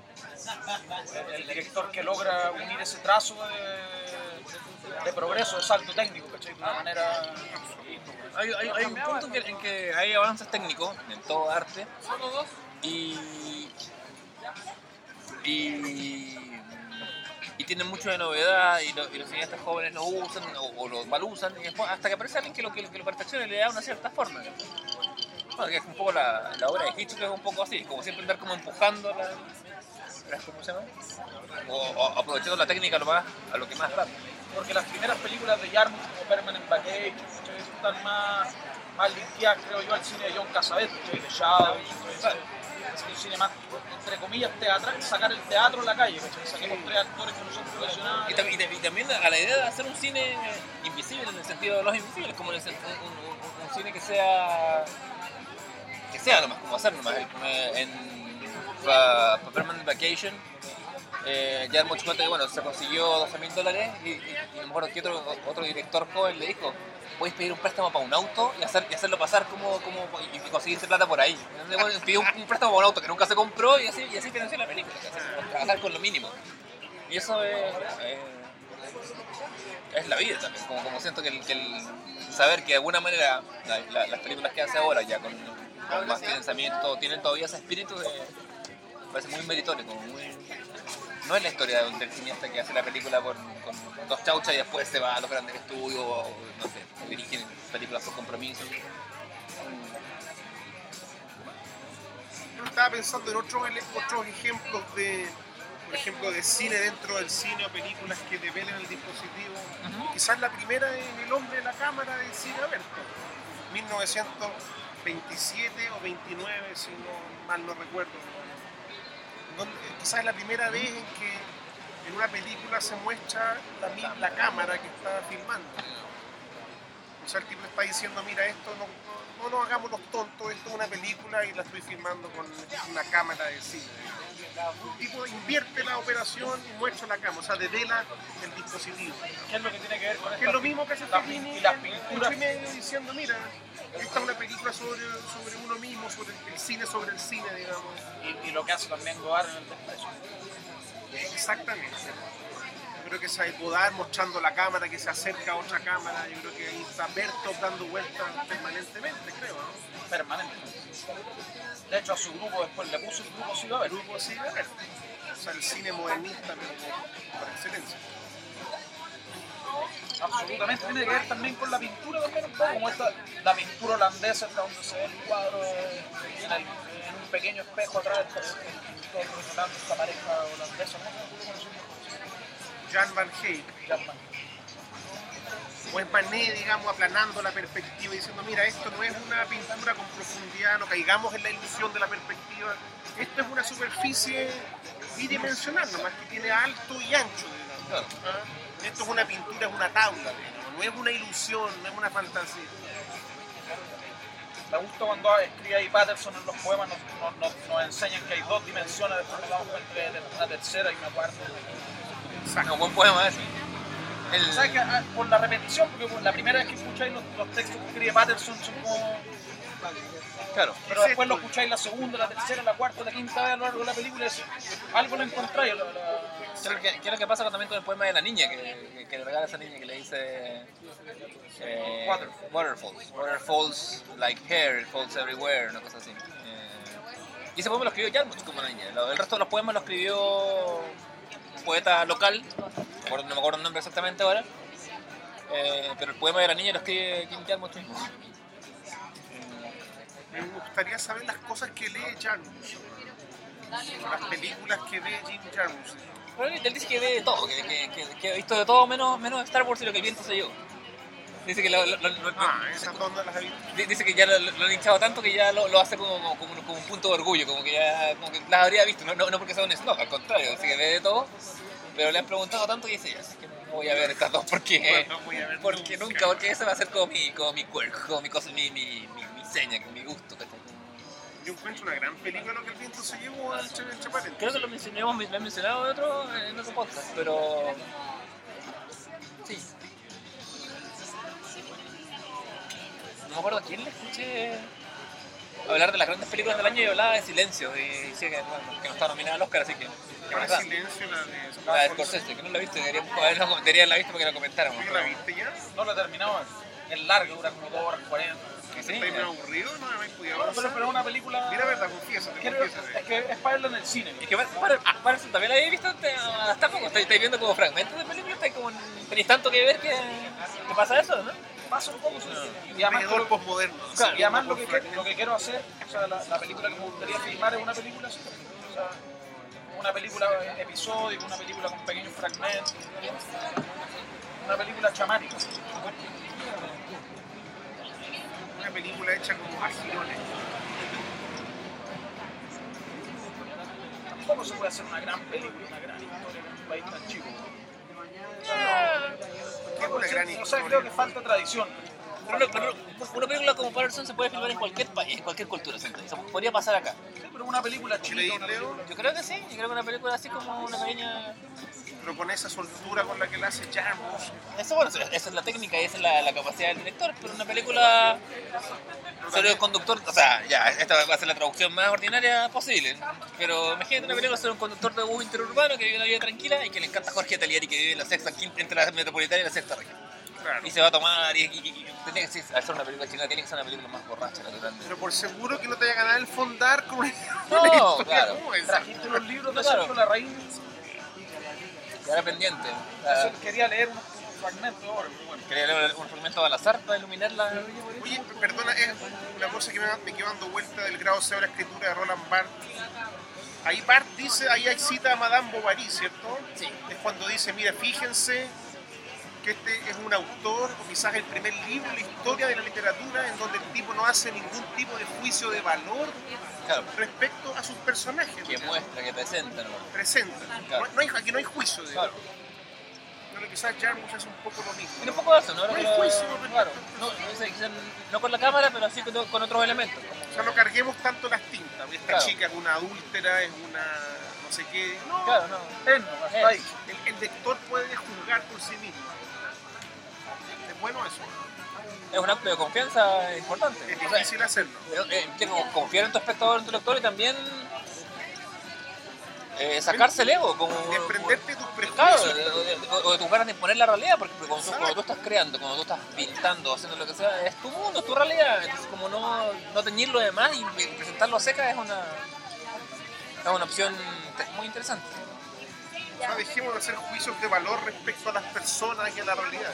A: el, el director que logra unir ese trazo de, de progreso, de salto técnico, ¿cachai? De una manera...
C: Hay, hay, hay un punto en que, en que hay avances técnicos en todo arte y, y, y tienen mucho de novedad y, lo, y los cineastas jóvenes lo usan o, o lo mal usan y después hasta que aparece alguien que lo, que, que lo perfecciona y le da una cierta forma. Bueno, que es un poco la, la obra de Hitchcock, es un poco así, como siempre andar como empujando la... ¿Cómo se llama? O, o aprovechando la técnica a lo, más, a lo que más da.
A: Porque las primeras películas de Jarmusch como Permanent Vacation están más, más limpiadas, creo yo, al cine de John Cassavetes, de Shadow, es un cine más, entre comillas, teatral, sacar el teatro en la calle, saquemos tres actores que no son profesionales.
C: Y, también, y también a la idea de hacer un cine invisible, en el sentido de los invisibles, como en el, un, un, un cine que sea, que sea nomás, como hacer nomás, en para pa Permanent Vacation, eh, Jarmusch cuenta que bueno, se consiguió doce mil dólares y, y, y a lo mejor que otro, otro director joven le dijo, puedes pedir un préstamo para un auto y, hacer, y hacerlo pasar como, como y, y conseguirse plata por ahí. Entonces, pidió un, un préstamo para un auto que nunca se compró y así, y así financió la película, así, trabajar con lo mínimo. Y eso es, eh, es la vida también, como, como siento que el, que el saber que de alguna manera la, la, las películas que hace ahora ya con, con más financiamiento tienen todavía ese espíritu de... parece muy meritorio, como muy... No es la historia de un del cineasta que hace la película con, con dos chauchas y después se va a los grandes estudios o, no sé, dirigen películas por compromiso.
B: Yo estaba pensando en otros, otros ejemplos de, por ejemplo, de cine dentro del cine o películas que develen el dispositivo. Uh-huh. Quizás la primera es El hombre de la cámara de cine abierto, mil novecientos veintisiete o veintinueve, si no mal no recuerdo. Donde, quizás es la primera vez en que en una película se muestra la, la cámara que está filmando. O sea, el tipo está diciendo, mira, esto no, no, no nos hagamos los tontos, esto es una película y la estoy filmando con una cámara de cine. Un tipo invierte la operación y muestra la cámara, o sea, devela el dispositivo.
A: ¿Qué es lo que tiene que ver con esto?
B: Que es lo mismo que hace Fellini
A: y las pinturas
B: en medio diciendo, mira, esta es una película sobre, sobre uno mismo, sobre el cine sobre el cine, digamos.
A: Y, y lo que hace también Godard en el desprecio.
B: Exactamente. Yo creo que es Godard mostrando la cámara que se acerca a otra cámara. Yo creo que ahí está Bertov dando vueltas permanentemente, creo, ¿no?
A: Permanentemente. De hecho, a su grupo después le puso el grupo Siga Ver.
B: El grupo Siga Ver. O sea, el cine modernista, pero por excelencia.
A: Absolutamente, tiene que ver también con la pintura también un poco, como esta, la pintura holandesa, hasta donde se ve el cuadro en, el, en un pequeño espejo atrás, todo representando esta pareja holandesa, ¿no?
B: Jan van Eyck.
A: Jan van.
B: O es Manet, digamos, aplanando la perspectiva y diciendo, mira, esto no es una pintura con profundidad, no caigamos en la ilusión de la perspectiva. Esto es una superficie bidimensional, nomás que tiene alto y ancho, digamos.
C: Claro.
B: ¿Ah? Esto es una pintura, es una tabla, digamos, no es una ilusión, no es una fantasía.
A: Me gusta cuando escribe ahí Patterson en los poemas, nos, nos, nos, nos enseñan que hay dos dimensiones, después nos damos cuenta de una tercera y una cuarta.
C: Es un buen poema ese. El...
A: ¿Sabes que ah, por la repetición, porque por la primera vez que escucháis los, los textos que escribe Patterson son como...
C: Claro.
A: Pero después lo escucháis la segunda, la tercera, la cuarta, la quinta vez a lo largo de la película, es, algo lo encontráis. La, la...
C: ¿Qué, ¿Qué es lo que pasa también con el poema de la niña que, que, que le regala a esa niña que le dice eh,
A: Water.
C: Waterfalls, waterfalls like hair, it falls everywhere, una cosa así. Eh, y ese poema lo escribió Jarmusch como una niña. El resto de los poemas lo escribió un poeta local, no me acuerdo el nombre exactamente ahora, eh, pero el poema de la niña lo escribe Jim Jarmusch mismo.
B: Me gustaría saber las cosas que lee Jarmusch, las películas que ve Jim Jarmusch.
C: Pero él dice que ve de todo, que, que, que, que ha visto de todo menos, menos Star Wars y lo que el viento se llevó. Dice que lo, lo, lo, lo,
B: Ah, esas dos no las he visto.
C: dice que ya lo, lo han hinchado tanto que ya lo, lo hace como, como, como un punto de orgullo, como que ya como que las habría visto, no, no, no porque sea un snob, al contrario, dice que ve de todo, pero le han preguntado tanto que dice, ya, así que no voy a ver estas dos porque,
B: Bueno, no voy a ver
C: porque
B: nunca.
C: nunca, porque esa va a ser como mi, como mi quirk, como mi, cosa, mi, mi, mi, mi seña, mi gusto. ¿Cachai?
B: Yo encuentro una gran película lo que el viento se llevó al Chaparén.
C: Creo que lo mencionamos, lo he mencionado en otro, en otro podcast, pero sí. No me acuerdo a quién le escuché hablar de las grandes películas del año y hablaba de Silencio y decía que, bueno, que no está nominada al Oscar, así que...
B: Ahora
C: ¿verdad?
B: Silencio, la de...
C: La de Scorsese, que no la viste, deberíamos haberla haberla visto porque la comentáramos.
B: ¿Tú la viste ya?
A: No lo he terminado, es largo, dura como dos horas cuarenta.
C: Que sí,
B: ¿Estáis medio aburrido? No me habéis podido
A: Bueno, pero,
B: avanzar.
A: pero es una película...
B: Mira, verdad, confiésate,
A: Quiero-
B: confiésate.
A: es que es para verla en el cine.
C: es que para, para, para eso también la habéis visto antes, hasta poco, estáis, estáis viendo como fragmentos de películas, estáis como, en- tenéis tanto que ver que, que pasa eso, ¿no?
A: Pasa un poco, sí.
B: Un
A: Y además,
B: veedor
A: lo,
B: posmoderno.
A: y además lo,
B: Por
A: que,
B: fragmentos.
A: quiero- lo que quiero hacer, o sea, la, la película que me gustaría filmar es una película así. O sea, una película episódica, una película con pequeños fragmentos. Una película chamática.
B: Una película hecha como a girones.
A: Tampoco se puede hacer una gran película, una gran historia en un país tan chico.
B: ¿Qué es una gran
A: O sea, creo
B: historia?
A: que falta tradición.
C: Pero, pero una película como Patterson se puede filmar en cualquier país, en cualquier cultura, ¿sí? O sea, podría pasar acá.
A: Sí, pero una película
B: ¿Y leí,
A: chica, una
B: Leo?
C: Yo creo que sí, yo creo que una película así como una pequeña...
B: Pero con esa soltura con la que la hace Jarmusch.
C: Eso, bueno, esa es la técnica y esa es la, la capacidad del director, pero una película sobre el conductor, o sea, ya, esta va a ser la traducción más ordinaria posible, pero imagínate una película sobre un conductor de bus interurbano que vive una vida tranquila y que le encanta Jorge Taliari, que vive en la sexta, quinta, entre la metropolitana y la sexta región.
B: Claro.
C: Y se va a tomar y, y, y, y tiene que ser, al ser una película chilena, tiene que ser una película más borracha, la grande.
B: Pero por seguro que no te vaya a ganar el fondar con una,
C: No,
B: una historia
C: claro.
B: como esa.
A: Trajiste los libros de
C: Claro.
A: Sergio Larraín.
C: Quedar pendiente. Ah,
A: Quería leer unos fragmentos ahora, pero bueno.
C: quería leer un fragmento al azar para iluminar la...
B: Oye, perdona, es una cosa que me, me quedó dando vuelta del grado cero de la escritura de Roland Barthes. Ahí Barthes dice, ahí hay cita a Madame Bovary, ¿cierto?
C: Sí.
B: Es cuando dice, mira, fíjense que este es un autor, o quizás el primer libro en la historia de la literatura en donde el tipo no hace ningún tipo de juicio de valor
C: Claro,
B: respecto a sus personajes.
C: que muestra, que presenta, ¿no?
B: Presenta.
C: Claro.
B: No, no hay, aquí no hay juicio de
C: Claro.
B: Pero quizás Jarmusch hace un poco lo mismo.
C: Tiene un poco de eso, ¿no?
B: No hay
C: Pero-
B: juicio,
C: claro. No, no, sé, quizás no con la cámara, pero sí con, con otros elementos.
B: O sea, no carguemos tanto las tintas. Esta
C: Claro.
B: chica es una adúltera, es una no sé qué. No,
C: Claro, no.
A: Es nomás, está ahí.
B: el, el lector puede juzgar por sí mismo. Es bueno eso.
C: Es un acto de confianza importante.
B: Es
C: O sea,
B: difícil hacerlo.
C: eh, que como confiar en tu espectador, en tu lector y también eh, sacarse el ego, como...
B: Desprenderte de tus
C: Claro,
B: prejuicios.
C: de- de- de- o de tus ganas de imponer la realidad, porque cuando tú, cuando tú estás creando, cuando tú estás pintando, haciendo lo que sea, es tu mundo, es tu realidad. Entonces, como no, no teñirlo de más y presentarlo a seca es una, es una opción te- muy interesante.
B: sea, dejemos de hacer juicios de valor respecto a las personas y a la realidad.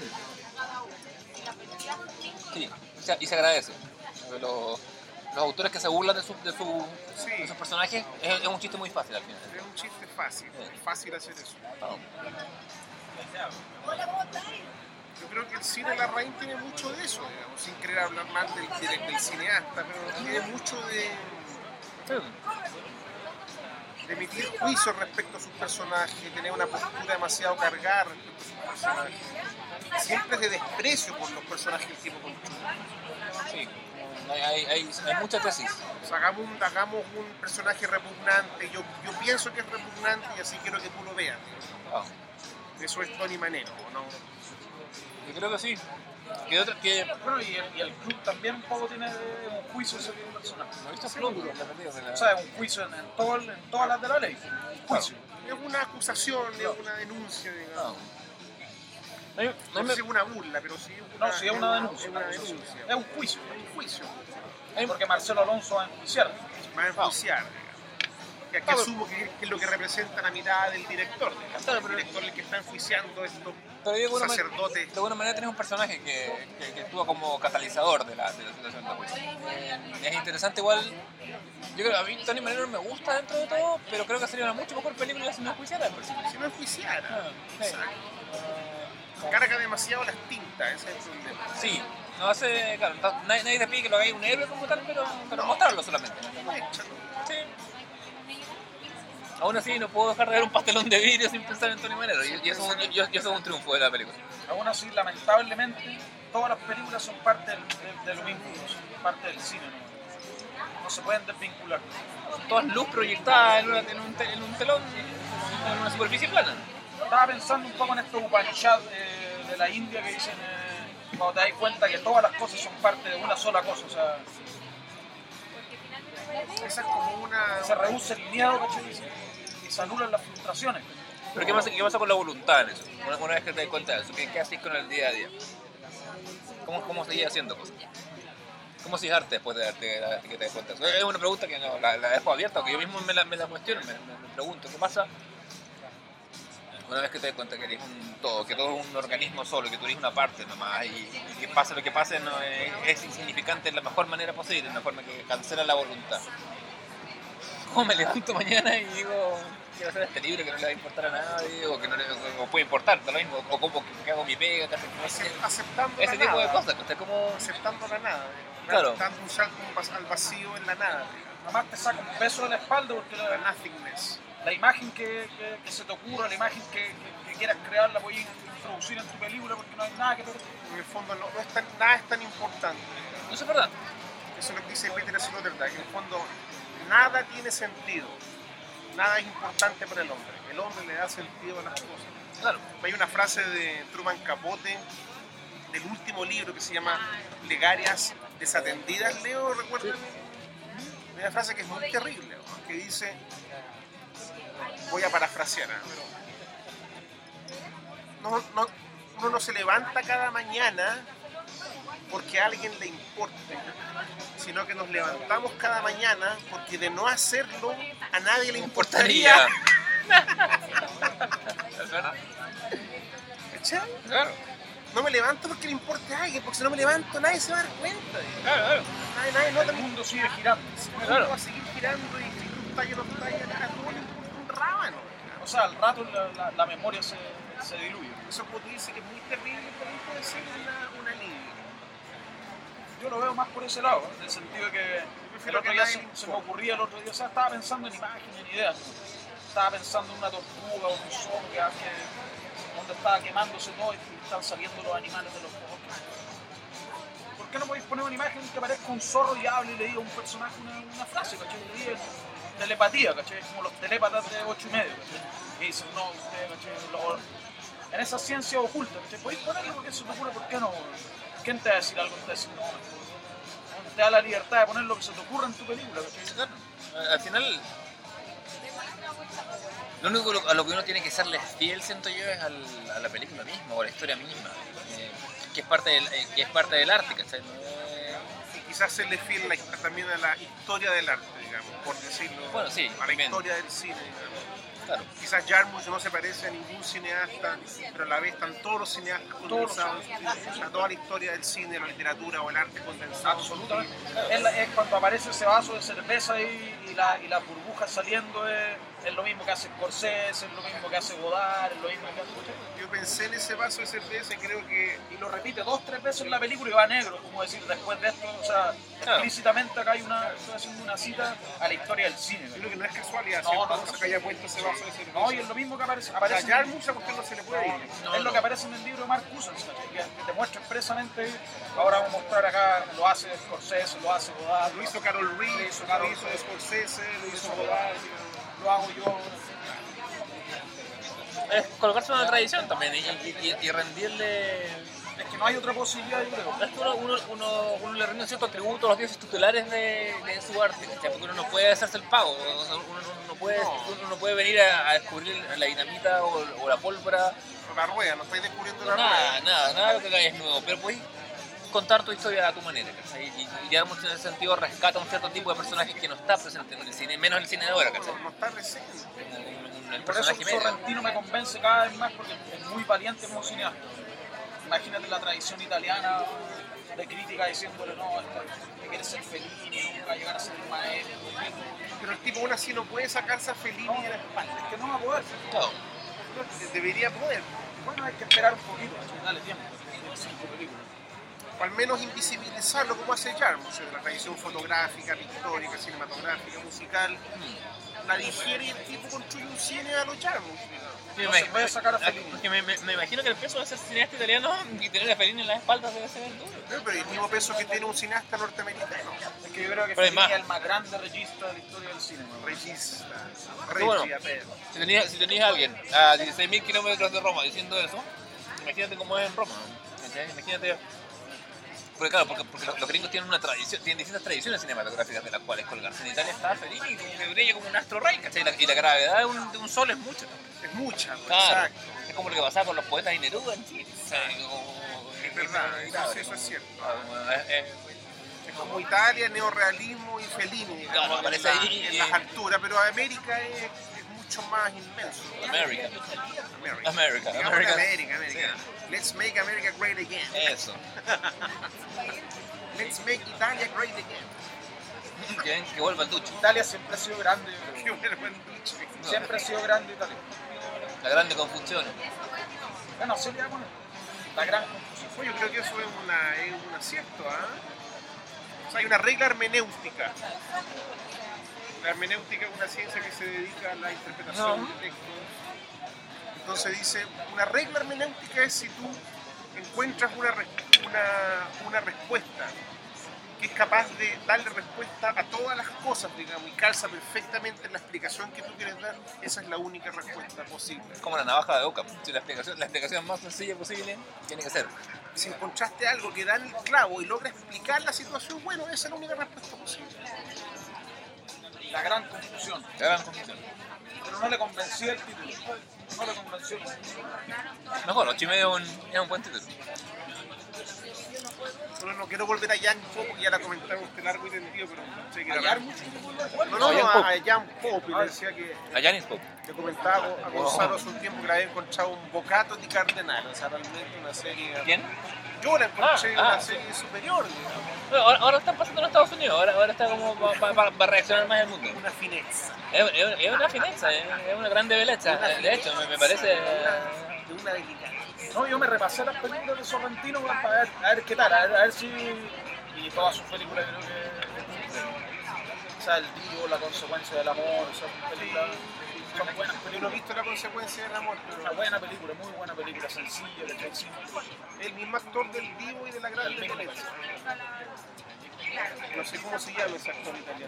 C: Sí, o sea, y se agradece. Los, los autores que se burlan de, su, de, su,
B: Sí.
C: de sus personajes es, es un chiste muy fácil al final.
B: Es un chiste fácil,
C: Sí.
B: es fácil hacer eso.
C: Oh.
B: Yo creo que el cine Larraín tiene mucho de eso, digamos, sin querer hablar mal del, del, del cineasta, pero tiene mucho de, de emitir juicios respecto a sus personajes, tener una postura demasiado cargada respecto a sus personajes. Siempre es de desprecio por los personajes que el tipo construye.
C: Sí, hay, hay, hay, hay mucha tesis.
B: O sea, hagamos, un, hagamos un personaje repugnante, yo, yo pienso que es repugnante y así quiero que tú lo veas.
C: Oh.
B: Eso es Tony Manero, ¿no?
C: Yo creo que sí. Que otra, que...
A: Bueno, y el, y el club también un poco tiene un juicio sobre un personaje.
C: ¿No viste Plum? Repetido, de la-
A: O sea, es un juicio en, en, todo el- en todas las de la ley. Un juicio.
B: Es una acusación, es una denuncia, digamos.
C: No. No,
B: No
C: no
B: sé
C: me-
B: si es una burla, pero sí es una,
A: No, sí, es una denuncia.
B: Es una denuncia.
A: Es un juicio.
B: Es un juicio.
A: Porque Marcelo Alonso va a enjuiciar.
B: Va a enjuiciar, digamos. Que, que
C: Claro.
B: asumo que, que es lo que representa la mirada del director, digamos.
C: Claro,
B: El
C: pero-
B: director es el que está enjuiciando a estos
C: Pero de alguna, manera,
B: sacerdotes.
C: de alguna manera tenés un personaje que, que, que actúa como catalizador de la, de la situación de juicio. Eh, es interesante igual. Yo creo que a mí Tony Manero me gusta dentro de todo, pero creo que sería una mucho mejor película si no enjuiciara al personaje.
B: Si no enjuiciara.
C: Ah, sí.
B: Exacto. Carga demasiado las tintas, ese es el problema.
C: Sí, no hace, claro, no- nadie, nadie te pide que lo hagáis un héroe como tal, pero, pero mostrarlo solamente.
B: Échalo.
C: Sí. Aún así no puedo dejar de ver un pastelón de vidrio sin pensar en Tony Manero, y, y eso, es un- y- y eso es un triunfo de la película.
A: Aún así, lamentablemente, todas las películas son parte del- de, de lo mismo, son parte del cine. No, no se pueden desvincular.
C: Todas luz proyectada en, una- en un, te- en un telón, en una superficie plana.
A: Estaba pensando un poco en estos Upanishads de, de la India que dicen, eh, cuando te das cuenta que todas las cosas son parte de una sola cosa, o sea,
B: Esa es como una.
A: se reduce el miedo, ¿cachai? Y, y se anulan las frustraciones.
C: Pero ¿qué pasa, qué pasa con la voluntad en eso? Una, una vez que te das cuenta de eso, ¿qué, qué haces con el día a día? ¿Cómo, cómo seguís haciendo cosas? ¿Cómo sigues arte después de, de, de que te das cuenta de eso? Es una pregunta que no, la, la dejo abierta, porque yo mismo me la, me la cuestiono, me, me, me pregunto, ¿qué pasa una vez que te das cuenta que eres un todo, que todo es un organismo solo, que tú eres una parte nomás, y, y que pase lo que pase no es, es insignificante en la mejor manera posible, en la forma que cancela la voluntad? ¿Cómo me levanto mañana y digo, quiero hacer este libro que no le va a importar a nadie, o que no le o puede importar, da lo mismo, o cómo que hago mi pega, que hace-
B: Acep- aceptando
C: ese
B: la
C: tipo de
B: nada.
C: cosas, que como...
B: Aceptando la nada.
C: Claro.
B: Dando un salto al vacío en la nada.
A: Además te saca un peso de la espalda porque
B: La
A: la,
B: nothingness.
A: la imagen que, que, que se te ocurra, la imagen que, que, que quieras crear, la voy a introducir en tu película porque no hay nada que perder.
B: En el fondo no, no es tan, nada es tan importante.
C: Eso es verdad.
B: Eso es lo que dice Peter Sloterdijk. En el fondo nada tiene sentido. Nada es importante para el hombre. El hombre le da sentido a las cosas.
C: Claro.
B: Hay una frase de Truman Capote del último libro que se llama Plegarias desatendidas, Leo, ¿recuerdan? Hay una frase que es muy terrible, ¿no? Que dice, voy a parafrasear, ¿eh? Pero no, no, uno no se levanta cada mañana porque a alguien le importe, sino que nos levantamos cada mañana porque de no hacerlo a nadie le importaría.
C: ¿Es verdad?
B: ¿Cachai?
C: Claro,
B: No me levanto porque le importe a alguien, porque si no me levanto nadie se va a dar cuenta. digamos.
C: claro, claro.
B: Nadie, nadie nota
A: El
B: mi
A: mundo sigue girando.
B: El
C: Claro.
B: mundo va a seguir girando y si tú estás o no estás, a todo le importa un rábano.
A: O sea, al rato la, la, la memoria se, se diluye.
B: Eso como tú dices que es muy terrible, también puede ser una, un alivio.
A: Yo lo veo más por ese lado, ¿eh? En el sentido de que el otro día se, se me ocurría, el otro día, o sea, estaba pensando en imágenes, en ideas. Estaba pensando en una tortuga o un zorro que hace, donde estaba quemándose todo y están saliendo los animales de los bosques. ¿Por qué no podéis poner una imagen que parezca un zorro y hable y le diga a un personaje una, una frase, ¿cachai? Le diga telepatía, ¿cachai? Como los telépatas de ocho y medio, ¿cachai? Y dicen, no, usted, ¿cachai? Lo- en esa ciencia oculta, ¿cachai? Podéis ponerlo porque se te ocurre, ¿por qué no? ¿Quién te va a decir algo? Te va a decir, no, te da la libertad de poner lo que se te ocurra en tu película, ¿cachai?
C: Claro. Al final, lo único a lo que uno tiene que serle fiel, siento yo, es al, a la película misma o a la historia misma, eh, que, es parte del, eh, que es parte del arte, ¿cachai? No es-
B: Y quizás serle fiel la- también a la historia del arte, digamos, por decirlo.
C: Bueno, sí,
B: a la
C: también.
B: historia del cine, digamos.
C: Claro.
B: Quizás Jarmusch no se parece a ningún cineasta, pero a la vez están todos los cineastas condensados, o sea, toda la historia del cine, la literatura o el arte condensado.
A: Absolutamente. Es, la- es cuando aparece ese vaso de cerveza y, y, la, y las burbujas saliendo, es, es lo mismo que hace Scorsese, es lo mismo que hace Godard, es lo mismo que hace...
B: Yo pensé en ese vaso de cerveza y creo que
A: Y lo repite dos, tres veces en la película y va negro, como decir, después de esto, o sea,
C: Claro.
A: explícitamente acá hay una, estoy haciendo una cita a la historia del cine.
B: yo creo que no es casualidad,
A: No,
B: ¿cierto?
A: no,
B: O sea,
A: no.
B: que haya puesto ese vaso de cerveza.
A: No, y es lo mismo que aparece,
B: O sea,
A: aparece en-
B: Jarmusch a cuestión no se le puede ir.
C: No,
A: es lo
C: no.
A: que aparece en el libro de Mark Cousins, que, que te muestra expresamente, ahora vamos a mostrar acá, lo hace Scorsese, lo hace Godard,
B: Lo hizo Carol Reed,
A: Lo hizo
B: lo
A: Carol
B: hizo
A: Reed.
B: Scorsese, lo
A: lo
B: hizo
A: hizo
B: Godard.
A: Godard, lo hago yo.
C: Es colocarse en una tradición también y, y- y- y rendirle...
A: Es que no hay otra posibilidad, yo creo.
C: Es que uno, uno, uno, uno le rinde un cierto tributo a los dioses tutelares de, de su arte, ¿cachai? Porque uno no puede hacerse el pago, o sea, uno, no- no puede, uno no puede venir a, a descubrir la dinamita o, o la pólvora,
B: La rueda, no estáis descubriendo la
C: nada,
B: rueda.
C: nada, nada de lo que hagáis es nuevo, pero puedes contar tu historia a tu manera, ¿cachai? Y, y Jarmusch en ese sentido rescata un cierto tipo de personajes que no está presente en el cine, menos en el cine de ahora, ¿cachai?
B: No, no está presente.
C: Como un- un- el
A: Por eso
C: personaje medio.
A: Sorrentino me convence cada vez más porque es muy valiente como cineasta. Imagínate la tradición italiana de crítica diciéndole, no, que quieres ser feliz, nunca va a llegar a ser un maestro.
B: Pero el tipo aún así no puede sacarse a Fellini de la espalda.
A: Es que no va a poder.
C: Claro.
B: Debería poder.
A: Bueno, hay que esperar un poquito, dale tiempo. Tiene cinco películas.
B: O al menos invisibilizarlo como hace Jarmusch, de la tradición fotográfica, pictórica, cinematográfica, musical. La digiere y el tipo construye un cine a los Jarmusch, digamos.
C: Sí,
A: No
C: me,
A: se puede sacar a
C: me-
A: Fellini.
C: porque me, me- me imagino que el peso de ser cineasta italiano y tener a Fellini en las espaldas debe ser duro.
B: Pero, pero el mismo peso que tiene un cineasta norteamericano.
A: Es que yo creo que
C: Pero hay
A: Fellini
C: más.
A: es el más grande regista de la historia del cine. ¿no?
B: Regista.
C: Pero bueno,
B: Regia, pero.
C: Si tenías, si tenías a alguien a dieciséis mil kilómetros de Roma diciendo eso, imagínate cómo es en Roma. ¿Cachai? Imagínate. Porque claro, porque, porque los, los gringos tienen una tradición, tienen distintas tradiciones cinematográficas de las cuales colgarse. En Italia está Fellini, como que brilla como un astro rey, ¿cachai? Y la, y la gravedad de un, de un sol es mucha.
B: Es mucha,
C: Claro.
B: exacto.
C: Es como lo que pasaba con los poetas y Neruda en Chile. O sea, como-
B: Es verdad, eso,
C: Claro,
B: sí, eso es cierto.
C: como- es- es-
B: Es como Italia, neorrealismo y Fellini, digamos,
C: Claro,
B: en,
C: aparece
B: la-
C: ahí,
B: en
C: y-
B: las alturas, pero América es, es mucho más inmenso.
C: America.
B: América.
C: América,
B: Digamos
C: América.
B: América, América. Let's make America great again.
C: Eso.
B: Let's make Italia great again.
C: Que, que vuelva el ducho.
A: Italia siempre ha sido grande, yo creo.
B: Qué bueno buen dicho.
A: Siempre ha sido grande Italia.
C: La grande confusión.
A: Bueno, sí le da con la gran confusión.
B: Oye, yo creo que eso es, una, es un acierto, ¿ah? O sea, hay una regla hermenéutica. La hermenéutica es una ciencia que se dedica a la interpretación
C: No.
B: de textos. Entonces dice, una regla hermenéutica es si tú encuentras una, res- una, una respuesta que es capaz de darle respuesta a todas las cosas, digamos, y calza perfectamente en la explicación que tú quieres dar, esa es la única respuesta posible.
C: Es como la navaja de Occam. Si la explicación, la explicación más sencilla posible tiene que ser.
B: Si encontraste algo que da en el clavo y logra explicar la situación, bueno, esa es la única respuesta posible.
A: La gran confusión.
C: La gran confusión.
A: Pero no le convencía el título. No le convenció.
C: Mejor, ocho y medio es un, es un buen título.
B: Bueno, no quiero volver a Jan Poe porque ya la comentamos usted largo y tendido, pero sé que era-
A: Hallar mucho.
B: No, no,
C: Jan
B: no,
C: Pope.
B: a Jan Pope, y le decía que
C: A Janis Pope.
B: le comentaba a Gonzalo hace un tiempo que le había encontrado un Bocato di Cardenal, o sea, realmente una serie.
C: ¿Quién?
B: Yo la encontré
C: Ah,
B: una
C: ah.
B: serie superior, digamos,
C: Bueno, ahora, ahora están pasando en Estados Unidos. Ahora, ahora está como para reaccionar más el mundo.
B: una fineza.
C: Es, es- es una fineza, es, es una grande belleza. De hecho, me, me parece.
B: De una, de una delicadeza.
A: No, yo me repasé las películas de Sorrentino para ver, a ver qué tal, a ver, a ver si. Y todas sus películas creo que. O sea, el vivo, la consecuencia del amor, esas películas. Son buenas
B: Yo no he
A: películas.
B: visto la consecuencia del amor,
A: Una
B: pero
A: buena película, muy buena película, sencilla, de Jack Simple.
B: el mismo actor del Divo y de la Gran
A: El mismo.
B: Belleza. No sé cómo se llama ese actor italiano.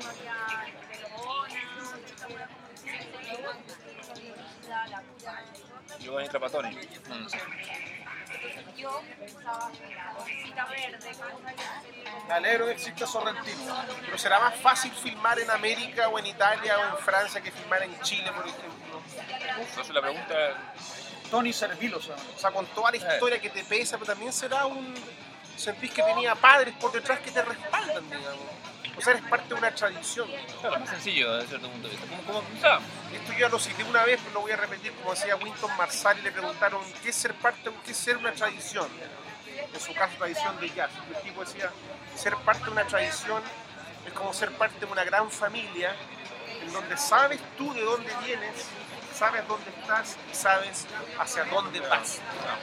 C: Giovanni Trapattoni. No, no sé.
A: Me alegro que exista Sorrentino.
B: Pero será más fácil filmar en América o en Italia o en Francia que filmar en Chile, por ejemplo.
C: Entonces la pregunta.
A: Tony Servillo se llama.
B: O sea, con toda la historia que te pesa, pero también será un, sentís que tenía padres por detrás que te respaldan, digamos. O sea, eres parte de una tradición.
C: Claro, más sencillo desde cierto punto de vista. Como, como, o sea,
B: Esto ya lo cité una vez, pero lo voy a repetir, como decía Winton Marsalis, le preguntaron qué es ser parte, qué es ser una tradición. En su caso, tradición de jazz. Y el tipo decía, ser parte de una tradición es como ser parte de una gran familia en donde sabes tú de dónde vienes, sabes dónde estás y sabes hacia dónde vas.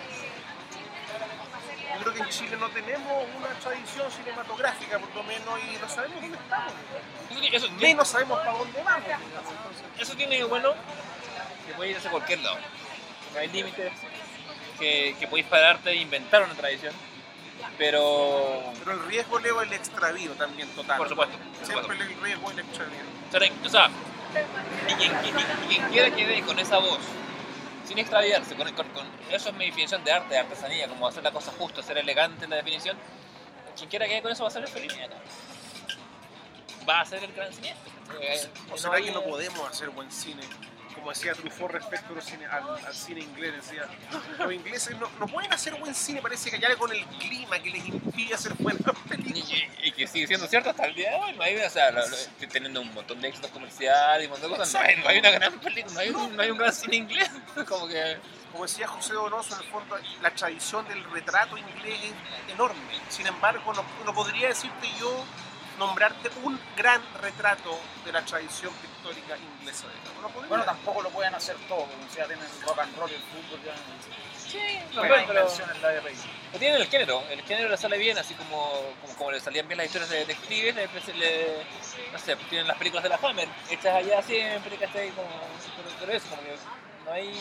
B: Yo creo que en Chile no tenemos una tradición cinematográfica, por lo menos, y no sabemos dónde estamos.
C: eso,
B: Menos sabemos para dónde vamos. Entonces,
C: eso tiene de bueno que puede ir hacia cualquier lado. No hay límites, que, que podéis pararte e inventar una tradición. Pero,
B: pero el riesgo, Leo, es el extravío también total.
C: por supuesto. Por
B: Siempre
C: supuesto.
B: el riesgo es el extravío.
C: O sea, y quien, quien, quien quiera que dé con esa voz, sin extraviarse, con, con, con, eso es mi definición de arte, de artesanía, como hacer la cosa justa, ser elegante en la definición. Quien quiera que dé con eso va a ser el feliz, mira, va a ser el gran cineasta. Eh,
B: ¿O será que no podemos hacer buen cine? Como decía Truffaut respecto a los cine, al, al cine inglés, decía, los ingleses no, no pueden hacer buen cine, parece que ya con el clima que les impide hacer buenas películas.
C: Y, y, y que sigue siendo cierto hasta el día de hoy, no hay, o sea, lo, lo, teniendo un montón de éxitos comerciales y un montón de cosas, no hay, no hay una gran película, no hay, un, no hay un gran cine inglés, como que...
B: Como decía José Donoso, en el fondo, la tradición del retrato inglés es enorme. Sin embargo, no, no podría decirte yo, nombrarte un gran retrato de la tradición pictórica inglesa. No
A: bueno, tampoco lo pueden hacer todos, o sea, tienen el rock and roll y el fútbol ya.
C: Sí,
A: No
C: bueno,
A: hay
C: pero...
A: inversión en la R I.
C: Pero tienen el género, el género le sale bien, así como, como, como le salían bien las historias de detectives, le, le, no sé, pues tienen las películas de la Hammer, hechas allá siempre, ¿cachai? Como, pero, pero eso, como que no hay...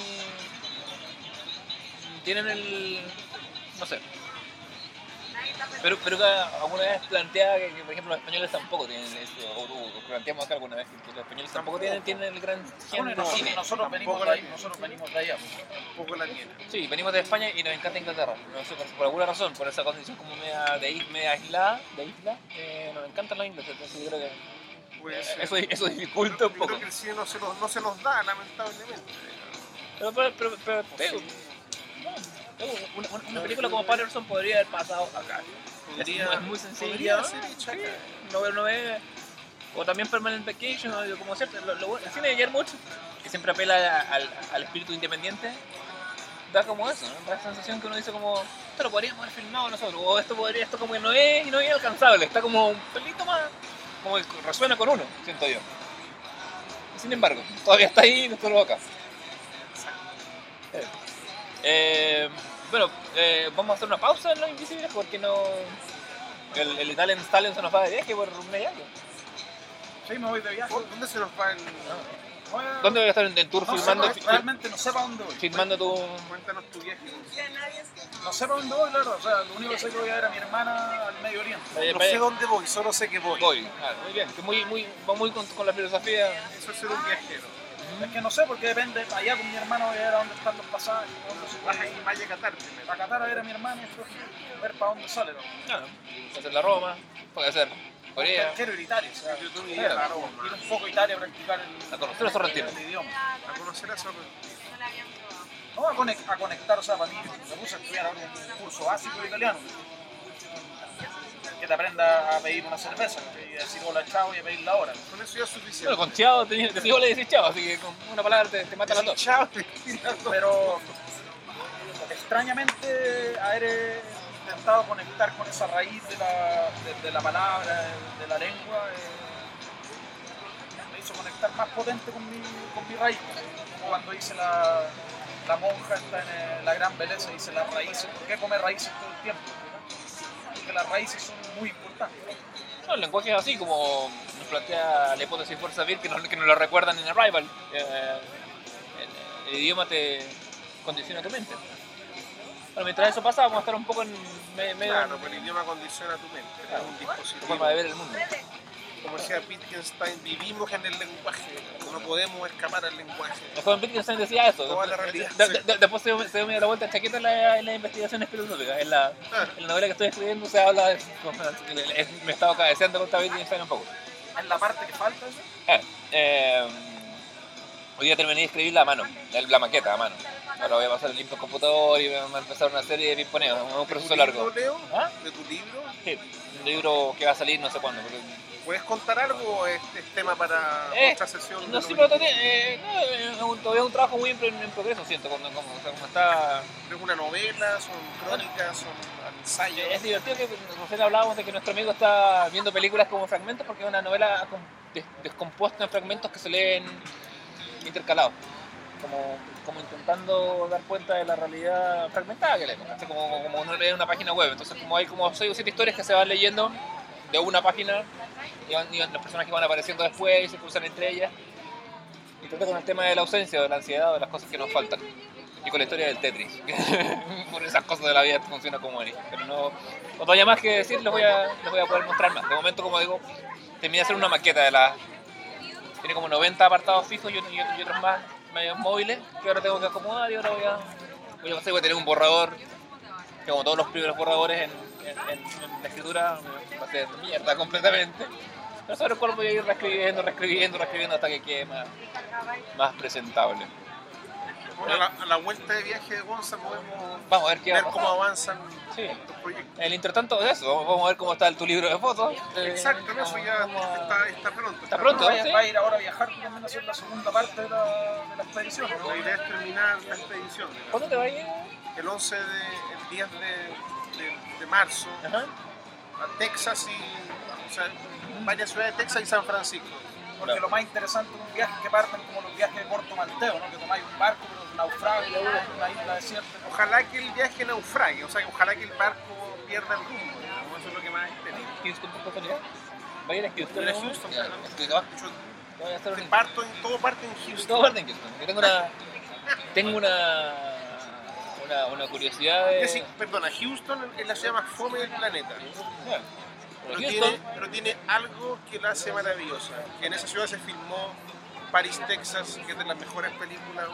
C: Tienen el... no sé. Pero, pero que alguna vez planteaba que, que, por ejemplo, los españoles tampoco tienen esto, o, o, o planteamos acá alguna vez que los españoles tampoco, tampoco tienen, tienen el gran género
A: no,
C: de cine.
A: Nosotros venimos de ahí, nosotros venimos de allá.
B: Tampoco la tienen.
C: Sí, venimos de España y nos encanta Inglaterra. No sé, por, por alguna razón, por esa condición como media, de, media aislada, de isla, eh, nos encantan los ingleses. Entonces yo creo que
B: pues,
C: eh, eso, eso dificulta un
B: yo
C: poco.
B: Creo que el cine no se, nos, no se nos da, lamentablemente.
C: Pero, pero, pero, pero, pero no, una, una, una película como Patterson podría haber pasado acá.
B: Podría,
C: es muy sencilla, ¿no?
B: Ser hecha acá.
C: No, no ve, o también Permanent Vacation, o como cierto, lo, lo, el cine de Guillermo, que siempre apela al, al espíritu independiente, da como eso, ¿no? Da la sensación que uno dice como, esto lo podríamos haber filmado nosotros, o esto podría, esto como que no es, no es inalcanzable, está como un pelito más, como que resuena con uno, siento yo. Sin embargo, todavía está ahí y nos provoca. Eh, eh, bueno, eh, vamos a hacer una pausa en Los Invisibles porque no... El, el Italian Stallion se nos va de viaje por un mes.
A: Sí, me voy de viaje.
B: ¿Dónde se nos va el...?
C: Ah. ¿Dónde voy a estar en, en tour
A: no
C: filmando?
A: Sé, realmente no sé para dónde voy.
C: Filmando tu...
B: Cuéntanos tu viaje.
A: No sé para dónde voy, claro. O sea, lo único que sé es que voy a ver a mi hermana al Medio Oriente.
B: No sé dónde voy, solo sé que voy.
C: Voy, claro, muy bien. Que muy, muy, va muy con, con la filosofía.
B: Eso es ser un viajero.
A: Es que no sé, porque depende, allá con mi hermano voy a ver a dónde están los pasajes, dónde se
B: Vas a ir vaya a Qatar primero.
A: a Qatar a ver a mi hermano y después ver para dónde sale, ¿no?
C: Claro, puede ser la Roma, puede ser Corea.
A: Quiero ir a Italia, o sea,
B: Yo tuve
C: Claro.
B: a Roma.
A: ir un poco a Italia a practicar el,
C: A conocer a Sorrentino.
A: el idioma.
B: A conocer a Sorrentino.
A: No, a, conect, a conectar, o sea, para mí me puse a estudiar ahora un curso básico de italiano. Que te aprenda a pedir una cerveza, y a decir hola, chao y a pedir la hora.
B: Con eso ya es suficiente.
C: Bueno, con Chao te te digo le decís Chao, así que con una palabra te, te mata las dos.
B: Chao.
A: Pero extrañamente haber eh, intentado conectar con esa raíz de la, de, de la palabra, de la lengua, eh, me hizo conectar más potente con mi, con mi raíz. Como cuando dice la, la monja está en eh, la gran belleza, dice las raíces. ¿Por qué comer raíces todo el tiempo? Porque las raíces son muy importantes.
C: No, el lenguaje es así como nos plantea la hipótesis Fuerza Vir, que nos, que nos lo recuerdan en Arrival. Eh, el, el idioma te condiciona tu mente. Bueno, mientras eso pasa, vamos a estar un poco en me, medio...
B: Claro, pero el idioma condiciona tu mente.
C: Claro,
B: Es un
C: tu
B: dispositivo.
C: forma de ver el mundo.
B: Como decía Wittgenstein, vivimos en el lenguaje. No podemos escapar al lenguaje.
C: El joven Wittgenstein decía eso.
B: Toda la realidad,
C: De-
B: sí.
C: de- de- después se dio, se dio media la vuelta chaqueta en la, en las investigaciones filosóficas. En la,
B: Ah.
C: en la novela que estoy escribiendo se habla de... Me he estado cabeceando contra Wittgenstein un poco.
A: Es la parte que falta eso.
C: Eh, eh, Hoy día terminé de escribirla a mano, el- la maqueta a mano. Ahora voy a pasar el limpio computador y vamos a empezar una serie de pimponeos, es un
B: ¿De
C: proceso
B: tu
C: largo.
B: libro, Leo?
C: ¿Ah?
B: ¿De tu libro?
C: Sí, un libro que va a salir no sé cuándo. Porque...
B: ¿Puedes contar algo o es, es tema para
C: Eh,
B: otra sesión?
C: No,
B: de
C: sí,
B: los-
C: pero todavía, eh, no, es un- todavía es un trabajo muy en, en progreso, siento, como, como, o sea, como está...
B: ¿Es una novela? ¿Son crónicas? ¿Son ensayos?
C: Es divertido que recién hablábamos de que nuestro amigo está viendo películas como fragmentos porque es una novela com- des- descompuesta en fragmentos que se leen intercalados, como, como intentando dar cuenta de la realidad fragmentada que leemos, ¿cachai? como, como uno lee una página web, entonces como hay como seis o siete historias que se van leyendo de una página y, van, y van- los personajes van apareciendo después y se cruzan entre ellas y trata con el tema de la ausencia, de la ansiedad, o de las cosas que nos faltan. Y con la historia del Tetris, que por esas cosas de la vida funciona como ahí. Pero no, cuando haya más que decir, les voy, a, les voy a poder mostrar más. De momento, como digo, terminé de hacer una maqueta de la... Tiene como noventa apartados fijos y, y, y otros más medios móviles que ahora tengo que acomodar y ahora voy a... Voy a, pasar, voy a tener un borrador, que como todos los primeros borradores en, en, en, en la escritura, va a ser mierda completamente. Pero sobre el cual voy a ir reescribiendo, reescribiendo, reescribiendo hasta que quede más, más presentable.
B: Bueno, a, la, a la vuelta de viaje de Gonza podemos
C: Vamos a ver qué va a
B: ver cómo
C: pasar.
B: avanzan
C: Sí.
B: los proyectos.
C: El intertanto de eso, vamos- vamos a ver cómo está tu libro de fotos. Eh,
B: Exacto, ¿no? Eso ya
C: vamos a-
B: está, está pronto.
C: Está pronto,
A: Va a,
C: ¿sí?
A: va a ir ahora a viajar también a hacer la segunda parte de la, de la expedición, ¿no?
B: La idea es terminar la expedición. digamos.
C: ¿Cuándo te vas a ir?
B: El once de, el diez de, de, de marzo
C: Ajá.
B: a Texas y, o sea, varias ciudades de Texas y San Francisco.
A: Porque lo más interesante de un viaje es que parten como los viajes de corto manteo, ¿no? Que tomáis un barco, pero naufragia en una isla desierta.
B: Ojalá que el viaje naufrague, o sea, ojalá que el barco pierda el rumbo, digamos, eso es lo que más espero.
C: ¿Houston por casualidad? ¿Va a ir a Houston?
B: Ir a
C: ¿no?
B: Houston,
C: Ya,
B: claro.
C: es que te vas-
B: Yo
C: te voy a hacer
B: te
C: un...
B: parto en, todo parte en Houston.
C: Todo parte en Houston. Yo tengo una... Tengo una... Una, una curiosidad de...
B: Es decir, perdona, Houston es la ciudad más fome del planeta.
C: Ya.
B: Pero
C: Pero
B: tiene,
C: Houston...
B: pero tiene algo que la hace maravillosa. Que en esa ciudad se filmó Paris, Texas, que es de las mejores películas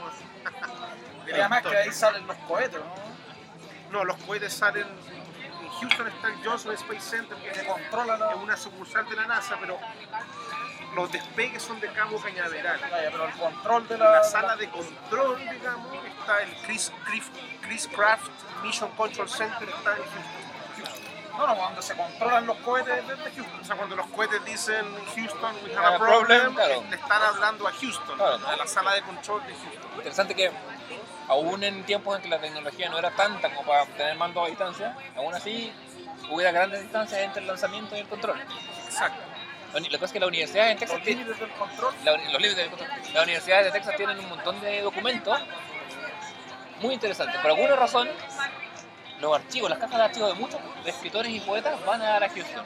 B: de
A: Y
B: la
A: además que
B: historia.
A: ahí salen los cohetes, ¿no?
B: No, los cohetes salen. En Houston está el Johnson Space Center, que
A: Que
B: es
A: controla la...
B: una sucursal de la NASA, pero los despegues son de Cabo Cañaveral.
A: Vaya, pero el control de
B: En
A: la...
B: la sala de control, digamos, está el Chris, Chris, Chris Craft Mission Control Center, está en Houston.
A: No, no, cuando se controlan los cohetes desde Houston.
B: O sea, cuando los cohetes dicen Houston, we
C: Ah,
B: have a problem,
C: problem, claro.
B: le están hablando a Houston,
C: Claro.
B: a la sala de control de Houston.
C: Interesante que aún en tiempos en que la tecnología no era tanta como para tener mando a distancia, aún así hubiera grandes distancias entre el lanzamiento y el control.
B: Exacto.
C: La uni- la cosa es que las universidades en Texas
A: Los
C: tienen...
A: límites del control.
C: la uni- los límites del control. Las universidades de Texas tienen un montón de documentos muy interesantes. Por alguna razón, los archivos, las cajas de archivos de muchos de escritores y poetas van a dar a Houston.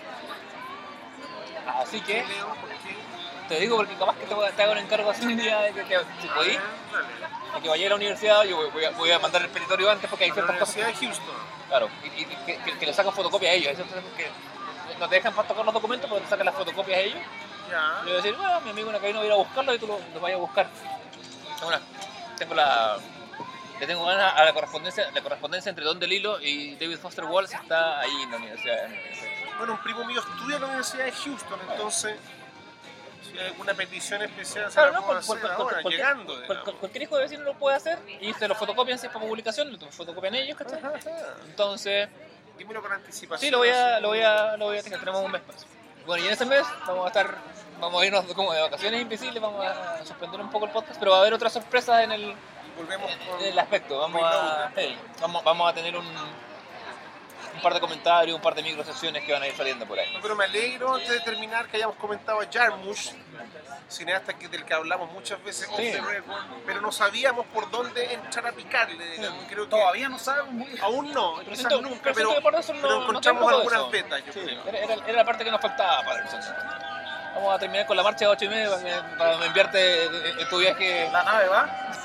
C: Así que,
B: Leo, ¿por qué?
C: te digo porque capaz que te, voy a- te hago un encargo así un día de que te, si podís,
B: Dale.
C: de que vaya a la universidad, yo voy, voy a, voy a mandar el petitorio antes porque hay
B: La
C: ciertas cosas
B: Universidad de Houston.
C: claro, y, y que, que, que le sacan fotocopia a ellos. Hay ciertas cosas que no te dejan para tocar los documentos, pero te sacan las fotocopias a ellos.
B: Ya.
C: Le voy a decir, bueno, mi amigo en acá vino a ir a buscarlo y tú lo, lo vayas a buscar. Tengo, una, tengo la... Le tengo ganas a la correspondencia, la correspondencia entre Don DeLillo y David Foster Wallace está ahí en la universidad.
B: Bueno, un primo mío estudia en la Universidad de Houston, entonces si hay alguna petición especial se
C: Claro,
B: la
C: no,
B: puedo
C: cual-
B: hacer
C: cual-
B: ahora,
C: cualquier-
B: llegando.
C: cual-
B: digamos.
C: cualquier hijo de vecino lo puede hacer y se lo fotocopian si es para publicación, lo fotocopian ellos, ¿cachai?
B: Ajá, ajá.
C: Entonces,
B: Dímelo con anticipación.
C: sí, lo voy a,
B: así.
C: lo voy a, lo voy a tener, tenemos un mes para eso. Bueno, y en ese mes vamos a estar, vamos a irnos como de vacaciones invisibles, vamos a suspender un poco el podcast, pero va a haber otras sorpresas en el,
B: Volvemos con
C: en el aspecto. Vamos a, sí, vamos, vamos a tener un, un par de comentarios, un par de microsesiones que van a ir saliendo por ahí.
B: No, pero me alegro antes de terminar que hayamos comentado a Jarmusch, cineasta que, del que hablamos muchas veces off
C: Sí.
B: the record, pero no sabíamos por dónde entrar a picarle. digamos. Creo que
A: Todavía no sabemos muy bien.
B: aún no,
C: Pero
B: quizás
C: siento-
B: nunca,
C: pero
B: pero,
C: siento que por eso no-
B: pero
C: no
B: encontramos
C: tenemos
B: algunas
C: eso.
B: betas, yo
C: Sí,
B: creo.
C: era, era- era la parte que nos faltaba para el sexo. Vamos a terminar con la marcha de ocho y media para, que- para enviarte en tu viaje.
A: La nave va.